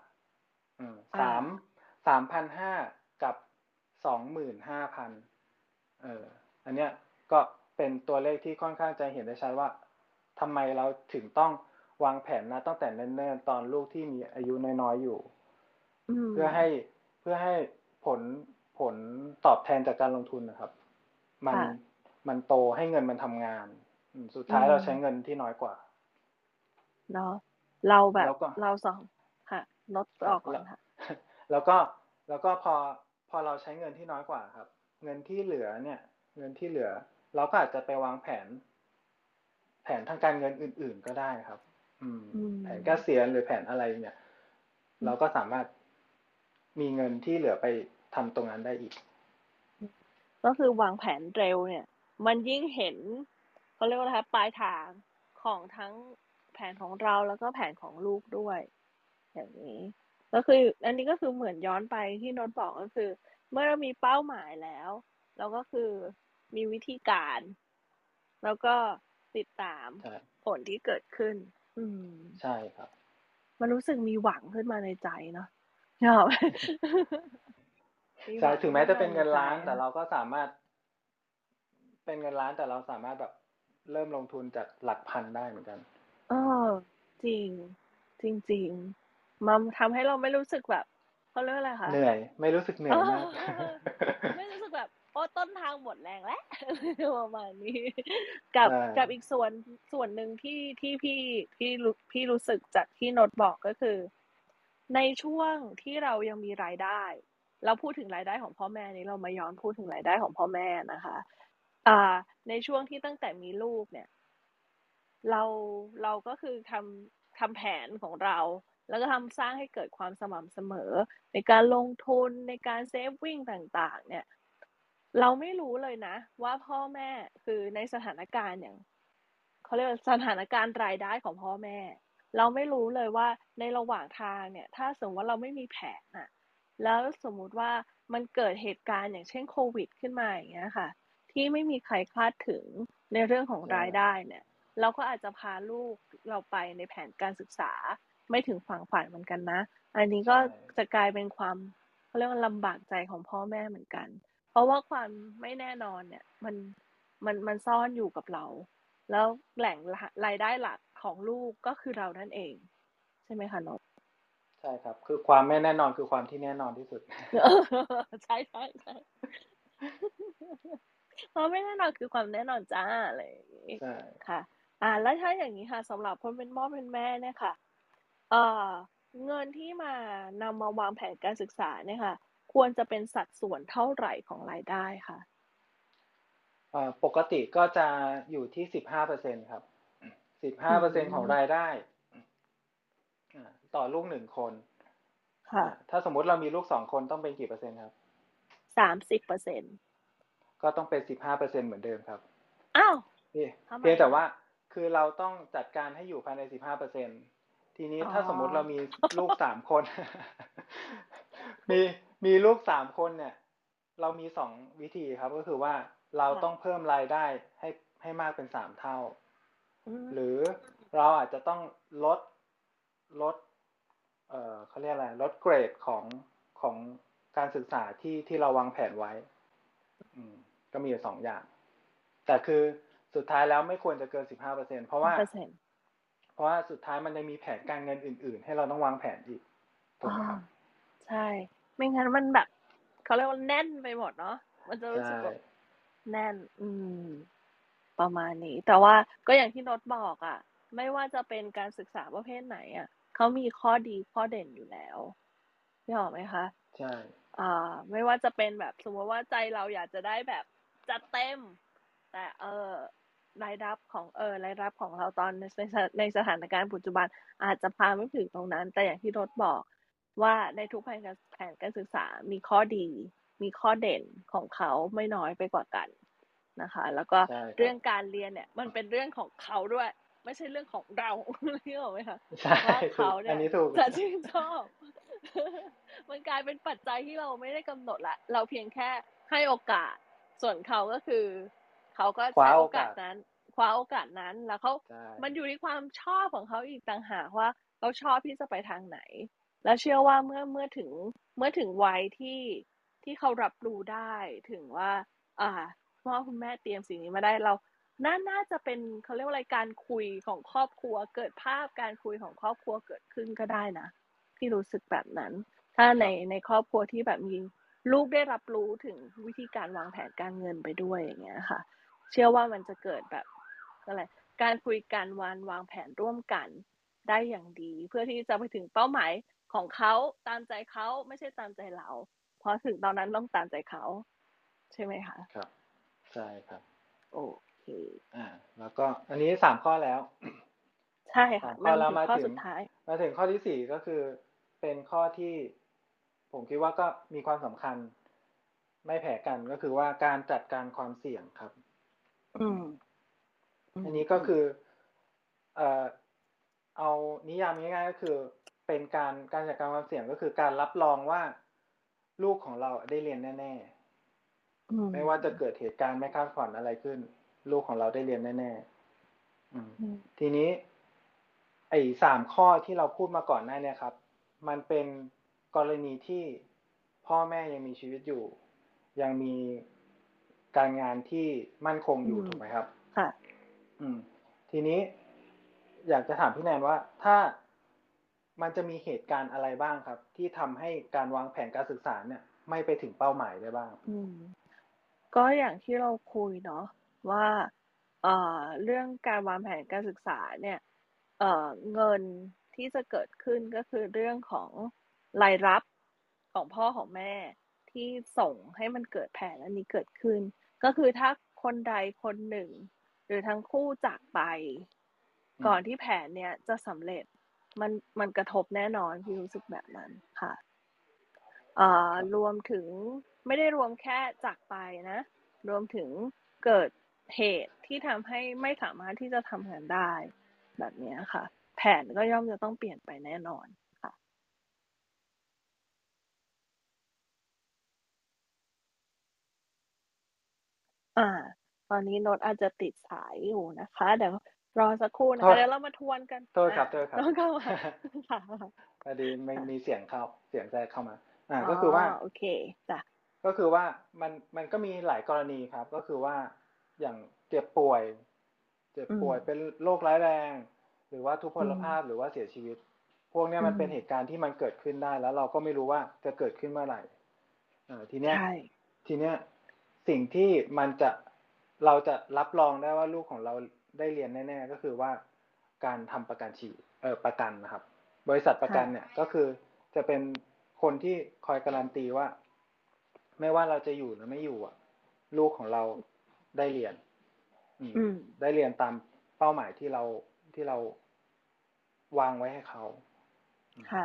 3,500 กับ 25,000 อันเนี้ยก็เป็นตัวเลขที่ค่อนข้างจะเห็นได้ชัดว่าทำไมเราถึงต้องวางแผนณตั้งแต่เนิ่นๆตอนลูกที่มีอายุน้อยๆอยู่ เพื่อให้ผลตอบแทนจากการลงทุนน่ะครับ มันโตให้เงินมันทำงาน สุดท้ายเราใช้เงินที่น้อยกว่าเนาะ เราแบแล้บวก็เรา 2 ค่ะ โน้ตต่อก่อนค่ะแล้วก็พอเราใช้เงินที่น้อยกว่าครับ เงินที่เหลือเราก็อาจจะไปวางแผนทางการเงินอื่นๆก็ได้ครับ แผนเกษียณหรือแผนอะไรเนี่ย เราก็สามารถมีเงินที่เหลือไปทำตรงนั้นได้อีกก็คือวางแผนเร็วเนี่ย มันยิ่งเห็น เขาเรียกว่าอะไรคะ ปลายทางของทั้งแผนของเรา แล้วก็แผนของลูกด้วยอย่างนี้ก็คืออันนี้ก็คือเหมือนย้อนไปที่โน้ตบอกก็คือ เมื่อเรามีเป้าหมายแล้วเราก็คือมีวิธีการ แล้วก็ติดตามใช่ผลที่เกิดขึ้นใช่ครับมันรู้สึกมีหวังขึ้นมาในใจเนาะใช่ไหม มีหใช่วังถึงแม้ขึ้จะนเป็มาน ในเงินใจล้าน แต่นะเราก็สามารถ เป็นเงินล้านแต่เราสามารถแบบเริ่มลงทุนจากหลักพันได้เหมือนกันจริง จริง ๆ มันทำให้เราไม่รู้สึกแบบเขาเรียกอะไรคะเหนื่อย ไม่รู้สึกเหนื่อยมากไม่รู้สึกแบบ โอ้ต้นทางหมดแรงแล้ว ประมาณนี้ กับใช่กับอีกส่วนหนึ่งที่พี่รู้สึกจากที่โน้ตบอกก็คือ ในช่วงที่เรายังมีรายได้ เราพูดถึงรายได้ของพ่อแม่นี้เรามาย้อนพูดถึงรายได้ของพ่อแม่นะคะ ในช่วงที่ตั้งแต่มีลูกเนี่ย เราก็คือทำแผนของเรา แล้วก็สร้างให้เกิดความสม่ำเสมอ ในการลงทุนในการเซฟวิ่งต่างๆ เนี่ย เราไม่รู้เลยนะว่าพ่อแม่คือในสถานการณ์อย่างเขาเรียกว่าสถานการณ์รายได้ของพ่อแม่ เราไม่รู้เลยว่าในระหว่างทางเนี่ย ถ้าสมมติว่าเราไม่มีแผนน่ะ แล้วสมมุติว่ามันเกิดเหตุการณ์อย่างเช่นโควิดขึ้นมาอย่างเงี้ยค่ะ ที่ไม่มีใครคาดถึงในเรื่องของใช่รายได้เนี่ย เราก็อาจจะพาลูกเราไปในแผนการศึกษาไม่ถึงฝั่งฝันเหมือนกันนะ อันนี้ก็ใช่จะกลายเป็นความเขาเรียกว่าลำบากใจของพ่อแม่เหมือนกัน เพราะว่าความไม่แน่นอนเนี่ย มันซ่อนอยู่กับเรา แล้วแหล่งรายได้หลักของลูกก็คือเรานั่นเอง ใช่ไหมคะโน้ตใช่ครับ คือความไม่แน่นอนคือความที่แน่นอนที่สุดใช่ ความไม่แน่นอนคือความแน่นอนจ้า อะไรอย่างงี้ใช่ค่ะ แล้วถ้าอย่างงี้ค่ะสำหรับคนเป็นพ่อเป็นแม่เนี่ยค่ะ เอ่อ เงินที่นำมาวางแผนการศึกษาเนี่ยค่ะ ควรจะเป็นสัดส่วนเท่าไรของรายได้คะ? ปกติก็จะอยู่ที่ 15% ครับ 15% ของรายได้ ต่อลูก 1 คนค่ะถ้าสมมุติเรามีลูก 2 คนต้องเป็นกี่เปอร์เซ็นต์ครับ? 30% ก็ต้องเป็น 15% เหมือนเดิมครับอ้าว ทำไมเพียงแต่อะ? ว่าคือเราต้องจัดการให้อยู่ภายใน 15% ทีนี้อ๋อถ้าสมมุติเรามีลูก 3 คน มีลูก 3 คนเนี่ย เรามี 2 วิธีครับ ก็คือว่าเราค่ะต้องเพิ่มรายได้ให้มากเป็น 3 เท่าอืมหรือเราอาจจะต้องลด เขาเรียกอะไร ลดเกรดของการศึกษาที่เราวางแผนไว้ ก็มีอยู่ 2 อย่าง แต่คือสุดท้ายแล้วไม่ควรจะเกิน 15% เพราะว่า 15% เพราะว่าสุดท้ายมันยังมีแผนการเงินอื่น ๆ ให้เราต้องวางแผนอีก ถูกไหมครับ? ใช่ ไม่งั้นมันแบบ เขาเรียกว่าแน่นไปหมดเนาะ มันจะใชรู้สึกแบบแน่น ประมาณนี้ แต่ว่าก็อย่างที่โน้ตบอกอะ ไม่ว่าจะเป็นการศึกษาประเภทไหนอะ เขามีข้อดีข้อเด่นอยู่แล้ว นึกออกไหมคะใช่ไม่ว่าจะเป็นแบบสมมุติว่าใจเราอยากจะได้แบบจัดเต็ม แต่รายรับของเราตอนในสถานการณ์ปัจจุบันอาจจะพาไม่ถึงตรงนั้น แต่อย่างที่โน้ตบอกว่าในทุกแผนการศึกษามีข้อดี มีข้อเด่นของเขาไม่น้อยไปกว่ากันนะคะ แล้วก็ใช่ครับเรื่องการเรียนเนี่ยมันเป็นเรื่องของเขาด้วย ไม่ใช่เรื่องของเรา นึกออกไหมคะใช่ว่าถูเขากเนอัี่ยนนี้ถูกจะชื่นชอบ มันกลายเป็นปัจจัยที่เราไม่ได้กำหนดแล้ว เราเพียงแค่ให้โอกาส ส่วนเขาก็คือ เขาก็คว้าใช้โโออกาสนั้น คว้าโอกาสนั้น แล้วเขาใช่มันอยู่ที่ความชอบของเขาอีกต่างหากว่าเขาชอบที่จะไปทางไหน แล้วเชื่อว่าเมื่อถึงวัยที่เขารับรู้ได้ถึงว่า พ่อคุณแม่เตรียมสิ่งนี้มาได้ เรา น่าจะเป็น เขาเรียกว่าอะไร การคุยของครอบครัว เกิดภาพการคุยของครอบครัวเกิดขึ้นก็ได้นะ พี่รู้สึกแบบนั้น ถ้าในครอบครัวที่แบบมีลูกได้รับรู้ถึงวิธีการวางแผนการเงินไปด้วย อย่างเงี้ยค่ะ เชื่อว่ามันจะเกิดแบบอะไร การคุยกันวางแผนร่วมกันได้อย่างดี เพื่อที่จะไปถึงเป้าหมายของเขาตามใจเขาไม่ใช่ตามใจเรา เพราะถึงตอนนั้นต้องตามใจเขา ใช่ไหมคะ? ครับ ใช่ครับโอเคแล้วก็อันนี้ 3 ข้อแล้วใช่ค่ะ 3 ข้อแล้วถึงมาข้อถึสุงดท้ายมาถึงข้อที่ 4 ก็คือเป็นข้อที่ผมคิดว่าก็มีความสำคัญไม่แพ้กัน ก็คือว่าการจัดการความเสี่ยงครับ อันนี้ก็คือ เอานิยามง่ายๆ ก็คือเเป็นการจัดการความเสี่ยงก็คือการรับรองว่าลูกของเราได้เรียนแน่ๆไม่ว่าจะเกิดเหตุการณ์ไม่คาดฝันอะไรขึ้น ลูกของเราได้เรียนแน่ๆทีนี้ไอ้3 ข้อที่เราพูดมาก่อนหน้านี้ครับมันเป็นกรณีที่พ่อแม่ยังมีชีวิตอยู่ยังมีการงานที่มั่นคงอยู่ถูกไหมครับค่ะทีนี้อยากจะถามพี่แนนว่าถ้ามันจะมีเหตุการณ์อะไรบ้างครับที่ทำให้การวางแผนการศึกษาเนี่ยไม่ไปถึงเป้าหมายได้บ้างก็อย่างที่เราคุยเนาะว่าเรื่องการวางแผนการศึกษาเนี่ยเงินที่จะเกิดขึ้นก็คือเรื่องของรายรับของพ่อของแม่ที่ส่งให้มันเกิดแผนอันนี้เกิดขึ้นก็คือถ้าคนใดคนหนึ่งหรือทั้งคู่จากไปก่อนที่แผนเนี่ยจะสำเร็จมันกระทบแน่นอนพี่รู้สึกแบบนั้นค่ะรวมถึงไม่ได้รวมแค่จากไปนะรวมถึงเกิดเหตุที่ทำให้ไม่สามารถที่จะทำงานได้แบบนี้ค่ะแผนก็ย่อมจะต้องเปลี่ยนไปแน่นอนค่ะตอนนี้โน้ตอาจจะติดสายอยู่นะคะเดี๋ยวรอสักครู่นะคะเดี๋ยวเรามาทวนกันโทษครับต้องเข้ามาค่ะพอดีไม่มีเสียงแทรกเข้ามาก็คือว่าโอเคจ้ะก็คือว่ามันก็มีหลายกรณีครับก็คือว่าอย่างเจ็บป่วยเป็นโรคร้ายแรงหรือว่าทุพพลภาพหรือว่าเสียชีวิตพวกนี้มันเป็นเหตุการณ์ที่มันเกิดขึ้นได้แล้วเราก็ไม่รู้ว่าจะเกิดขึ้นเมื่อไหร่ทีเนี้ยสิ่งที่เราจะรับรองได้ว่าลูกของเราได้เรียนแน่ๆก็คือว่าการทำประกันนะครับบริษัทประกันเนี่ยก็คือจะเป็นคนที่คอยการันตีว่าไม่ว่าเราจะอยู่หรือไม่อยู่ลูกของเราได้เรียนได้เรียนตามเป้าหมายที่เราวางไว้ให้เขาค่ะ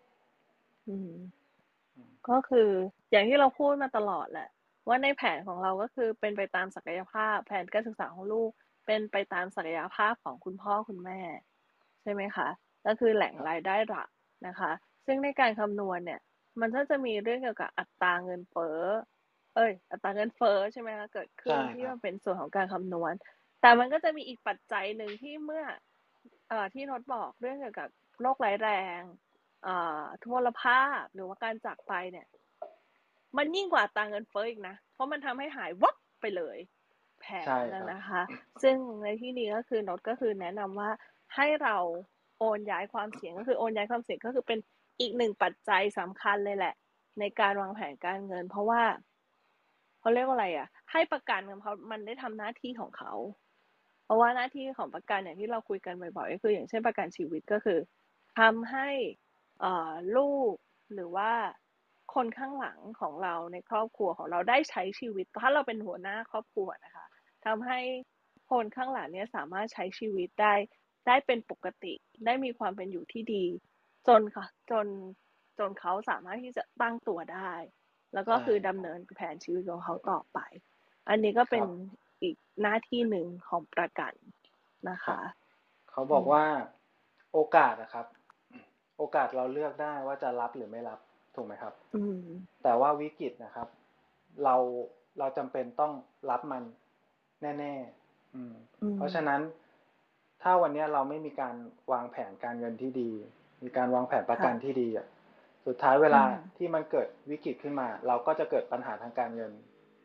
ก็คืออย่างที่เราพูดมาตลอดแหละว่าในแผนของเราก็คือเป็นไปตามศักยภาพแผนการศึกษาของลูกเป็นไปตามศักยภาพของคุณพ่อคุณแม่ใช่ไหมคะก็คือแหล่งรายได้หลักนะคะซึ่งในการคำนวณเนี่ยมันก็จะมีเรื่องเกี่ยวกับอัตราเงินเฟ้ออัตราเงินเฟ้อใช่ไหมคะเกิดขึ้นที่มันเป็นส่วนของการคำนวณแต่มันก็จะมีอีกปัจจัยหนึ่งที่เมื่อที่โน้ตบอกเรื่องเกี่ยวกับโรคร้ายแรงทุพพลภาพหรือว่าการจากไปเนี่ยมันยิ่งกว่าอัตราเงินเฟ้ออีกนะเพราะมันทำให้หายวับไปเลยแผนนะคะซึ่งในที่นี้ก็คือโน้ตก็คือแนะนำว่าให้เราโอนย้ายความเสี่ยงก็คือโอนย้ายความเสี่ยงก็คือเป็นอีกหนึ่งปัจจัยสำคัญเลยแหละในการวางแผนการเงินเพราะว่าเขาเรียกว่าอะไรให้ประกันเขามันได้ทำหน้าที่ของเขาเพราะว่าหน้าที่ของประกันอย่างที่เราคุยกันบ่อยๆก็คืออย่างเช่นประกันชีวิตก็คือทำให้ลูกหรือว่าคนข้างหลังของเราในครอบครัวของเราได้ใช้ชีวิตถ้าเราเป็นหัวหน้าครอบครัวนะคะทำให้คนข้างหลังเนี่ยสามารถใช้ชีวิตได้เป็นปกติได้มีความเป็นอยู่ที่ดีจนเขาสามารถที่จะตั้งตัวได้แล้วก็คือดำเนินแผนชีวิตของเขาต่อไปอันนี้ก็เป็นอีกหน้าที่หนึ่งของประกันนะคะเขาบอกว่าโอกาสนะครับโอกาสเราเลือกได้ว่าจะรับหรือไม่รับถูกไหมครับแต่ว่าวิกฤตนะครับเราจำเป็นต้องรับมันแน่ๆเพราะฉะนั้นถ้าวันนี้เราไม่มีการวางแผนการเงินที่ดีมีการวางแผนประกันที่ดีสุดท้ายเวลาที่มันเกิดวิกฤตขึ้นมาเราก็จะเกิดปัญหาทางการเงิน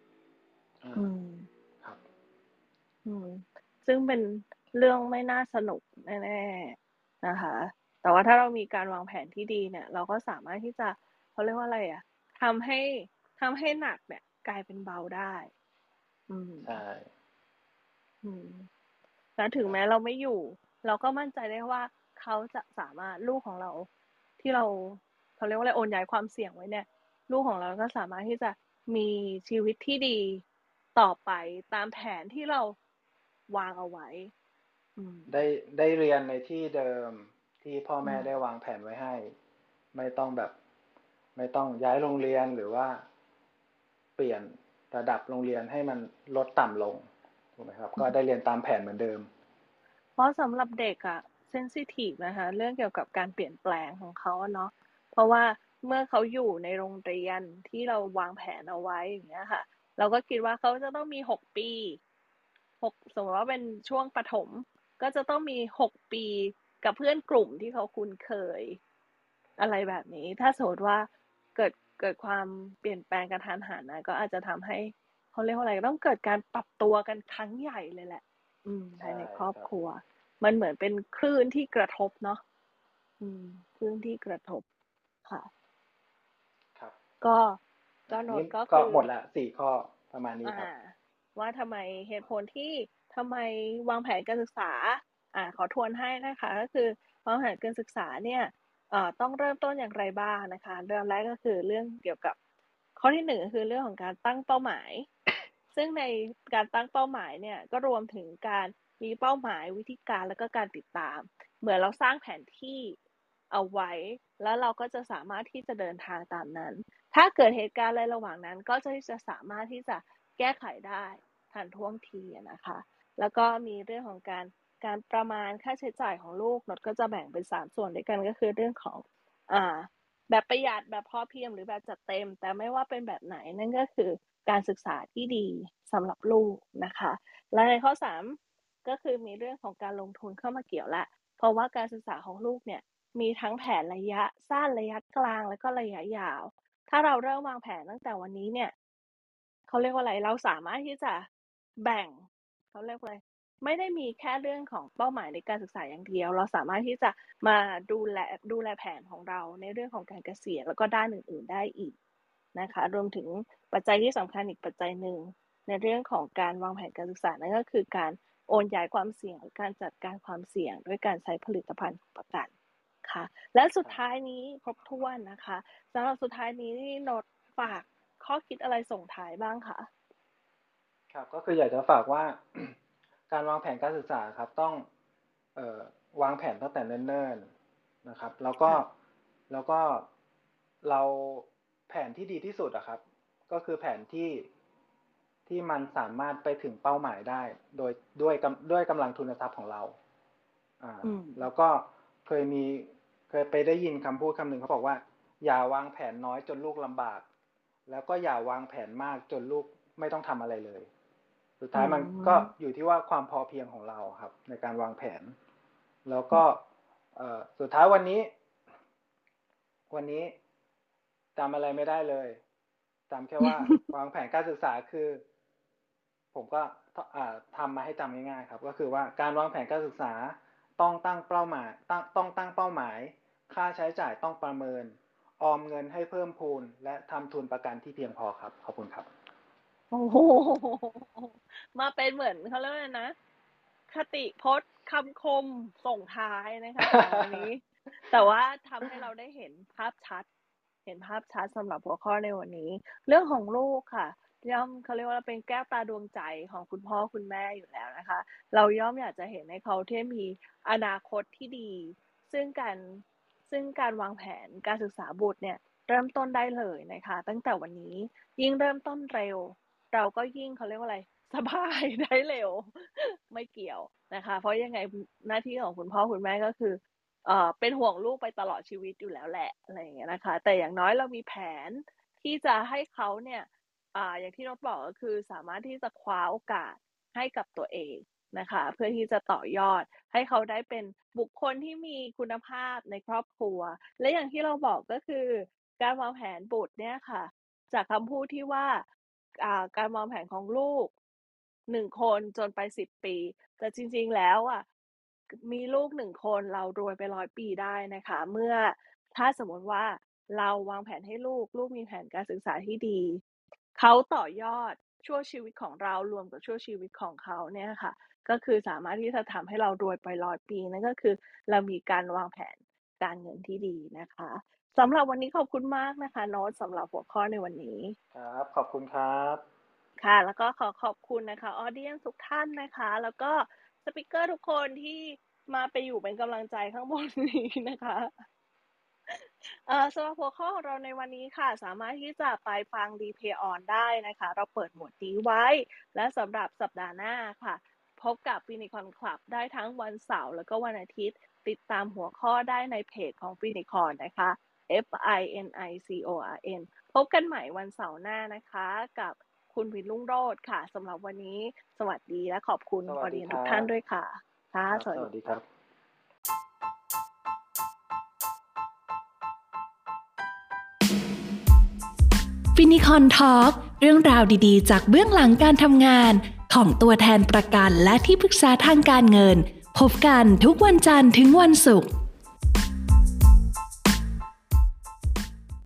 ครับซึ่งเป็นเรื่องไม่น่าสนุกแน่ๆนะคะแต่ว่าถ้าเรามีการวางแผนที่ดีเนี่ยเราก็สามารถที่จะเขาเรียกว่าอะไรทำให้หนักเนี่ยกลายเป็นเบาได้ใช่แล้วถึงแม้เราไม่อยู่เราก็มั่นใจได้ว่าเขาจะสามารถลูกของเราที่เขาเรียกว่าอะไรโอนย้ายความเสี่ยงไว้เนี่ยลูกของเราก็สามารถที่จะมีชีวิตที่ดีต่อไปตามแผนที่เราวางเอาไว้ได้เรียนในที่เดิมที่พ่อแม่ได้วางแผนไว้ให้ไม่ต้องย้ายโรงเรียนหรือว่าเปลี่ยนระดับโรงเรียนให้มันลดต่ำลงถูกไหมครับก็ได้เรียนตามแผนเหมือนเดิมเพราะสำหรับเด็กเซนซิทีฟนะคะเรื่องเกี่ยวกับการเปลี่ยนแปลงของเขาเนาะเพราะว่าเมื่อเขาอยู่ในโรงเรียนที่เราวางแผนเอาไว้อย่างเงี้ยค่ะเราก็คิดว่าเขาจะต้องมี6 ปีสมมติว่าเป็นช่วงประถมก็จะต้องมี6 ปีกับเพื่อนกลุ่มที่เขาคุ้นเคยอะไรแบบนี้ถ้าสมมติว่าเกิดเกิดความเปลี่ยนแปลงกระทันหันนะก็อาจจะทำให้เขาเรียกว่าอะไรต้องเกิดการปรับตัวกันครั้งใหญ่เลยแหละภายใช่ในครอบครับครัวมันเหมือนเป็นคลื่นที่กระทบเนาะคลื่นที่กระทบค่ะครับก็โน้นี่ตก็ก็คือหมดละ4 ข้อประมาณนี้อ่าครับว่าทำไมเหตุผลที่ทำไมวางแผนการศึกษาขอทวนให้นะคะก็คือวางแผนการศึกษาเนี่ยต้องเริ่มต้นอย่างไรบ้างนะคะเรื่องแรกก็คือเรื่องเกี่ยวกับข้อที่1ก็คือเรื่องของการตั้งเป้าหมายซึ่งในการตั้งเป้าหมายเนี่ยก็รวมถึงการมีเป้าหมายวิธีการแล้วก็การติดตามเหมือนเราสร้างแผนที่เอาไว้แล้วเราก็จะสามารถที่จะเดินทางตามนั้น ถ้าเกิดเหตุการณ์อะไรระหว่างนั้นก็จะสามารถที่จะแก้ไขได้ทันท่วงทีนะคะ แล้วก็มีเรื่องของการประมาณค่าใช้จ่ายของลูกนดก็จะแบ่งเป็น3 ส่วนด้วยกันก็คือเรื่องของอ่าแบบประหยัดแบบพอเพียงหรือแบบจัดเต็มแต่ไม่ว่าเป็นแบบไหนนั่นก็คือการศึกษาที่ดีสำหรับลูกนะคะและในข้อ3ก็คือมีเรื่องของการลงทุนเข้ามาเกี่ยวละเพราะว่าการศึกษาของลูกเนี่ยมีทั้งแผนระยะสั้นระยะกลางและก็ระยะยาว ถ้าเราเริ่มวางแผนตั้งแต่วันนี้เนี่ยเขาเรียกว่าอะไรเราสามารถที่จะแบ่งเขาเรียกว่าอะไรไม่ได้มีแค่เรื่องของเป้าหมายในการศึกษาอย่างเดียวเราสามารถที่จะมาดูแลแผนของเราในเรื่องของการเกษียณแล้วก็ด้านอื่นๆได้อีกนะคะรวมถึงปัจจัยที่สำคัญอีกปัจจัยหนึ่งในเรื่องของการวางแผนการศึกษานั่นก็คือการโอนย้ายความเสี่ยงหรือการจัดการความเสี่ยงด้วยการใช้ผลิตภัณฑ์ของประกันค่ะและสุดท้ายนี้ครบถ้วนนะคะสำหรับสุดท้ายนี้โน้ตฝากข้อคิดอะไรส่งท้ายบ้างคะครับก็คืออยากจะฝากว่า การวางแผนการศึกษาครับต้องวางแผนตั้งแต่เนิ่นๆนะครับแล้วก็ค่ะเราแผนที่ดีที่สุดอะครับก็คือแผนที่มันสามารถไปถึงเป้าหมายได้โดยด้วยกำลังทุนทรัพย์ของเราแล้วก็เคยมีเคยไปได้ยินคำพูดคำหนึ่งเขาบอกว่าอย่าวางแผนน้อยจนลูกลำบากแล้วก็อย่าวางแผนมากจนลูกไม่ต้องทำอะไรเลยสุดท้ายมันก็อยู่ที่ว่าความพอเพียงของเราครับในการวางแผนแล้วก็สุดท้ายวันนี้จำอะไรไม่ได้เลยจำแค่ว่าวางแผนการศึกษาคือผมก็ทำมาให้จำง่ายๆครับก็คือว่าการวางแผนการศึกษาต้องตั้งเป้าหมายต้องตั้งเป้าหมายค่าใช้จ่ายต้องประเมินออมเงินให้เพิ่มพูนและทำทุนประกันที่เพียงพอครับขอบคุณครับโอ้โหมาเป็นเหมือนเขาเรียกว่าอะไรนะคติพจน์คำคมส่งท้ายนะคะสำหรับวันนี้แต่ว่าทำให้เราได้เห็นภาพชัดสำหรับหัวข้อในวันนี้เรื่องของลูกค่ะย่อมเขาเรียกว่าเป็นแก้วตาดวงใจของคุณพ่อคุณแม่อยู่แล้วนะคะเราย่อมอยากจะเห็นให้เขาที่มีอนาคตที่ดีซึ่งการวางแผนการศึกษาบุตรเนี่ยเริ่มต้นได้เลยนะคะตั้งแต่วันนี้ยิ่งเริ่มต้นเร็วเราก็ยิ่งเขาเรียกว่าอะไรสบายได้เร็วไม่เกี่ยวนะคะเพราะยังไงหน้าที่ของคุณพ่อคุณแม่ก็คือเป็นห่วงลูกไปตลอดชีวิตอยู่แล้วแหละอะไรอย่างเงี้ยนะคะแต่อย่างน้อยเรามีแผนที่จะให้เขาเนี่ยอย่างที่โน้ตบอกก็คือสามารถที่จะคว้าโอกาสให้กับตัวเองนะคะเพื่อที่จะต่อยอดให้เขาได้เป็นบุคคลที่มีคุณภาพในครอบครัวและอย่างที่เราบอกก็คือการวางแผนบุตรเนี่ยค่ะจากคำพูดที่ว่าการวางแผนของลูก1 คนจนไป10 ปีแต่จริงๆแล้วมีลูก1 คนเรารวยไป100 ปีได้นะคะเมื่อถ้าสมมติว่าเราวางแผนให้ลูกมีแผนการศึกษาที่ดีเขาต่อยอดชั่วชีวิตของเรารวมกับชั่วชีวิตของเขาเนี่ยค่ะก็คือสามารถที่จะทำให้เรารวยไป100 ปีนั่นก็คือเรามีการวางแผนการเงินที่ดีนะคะสำหรับวันนี้ขอบคุณมากนะคะโน้ตสำหรับหัวข้อในวันนี้ครับขอบคุณครับค่ะแล้วก็ขอบคุณนะคะออเดียนทุกท่านนะคะแล้วก็สปิเกอร์ทุกคนที่มาไปอยู่เป็นกำลังใจข้างบนนี้นะคะสำหรับหัวข้อของเราในวันนี้ค่ะสามารถที่จะไปฟัง Replay on ได้นะคะเราเปิดหมวดนี้ไว้และสำหรับสัปดาห์หน้าค่ะพบกับ Unicorn Club ได้ทั้งวันเสาร์แล้วก็วันอาทิตย์ติดตามหัวข้อได้ในเพจของ Finicorn นะคะ FINICORN พบกันใหม่วันเสาร์หน้านะคะกับคุณวินรุ่งโรจน์ค่ะสำหรับวันนี้สวัสดีและขอบคุณออเดียนทุกท่านด้วยค่ะค่ะสวัสดีครับฟินิคอนทอล์กเรื่องราวดีๆจากเบื้องหลังการทำงานของตัวแทนประกันและที่ปรึกษาทางการเงินพบกันทุกวันจันทร์ถึงวันศุกร์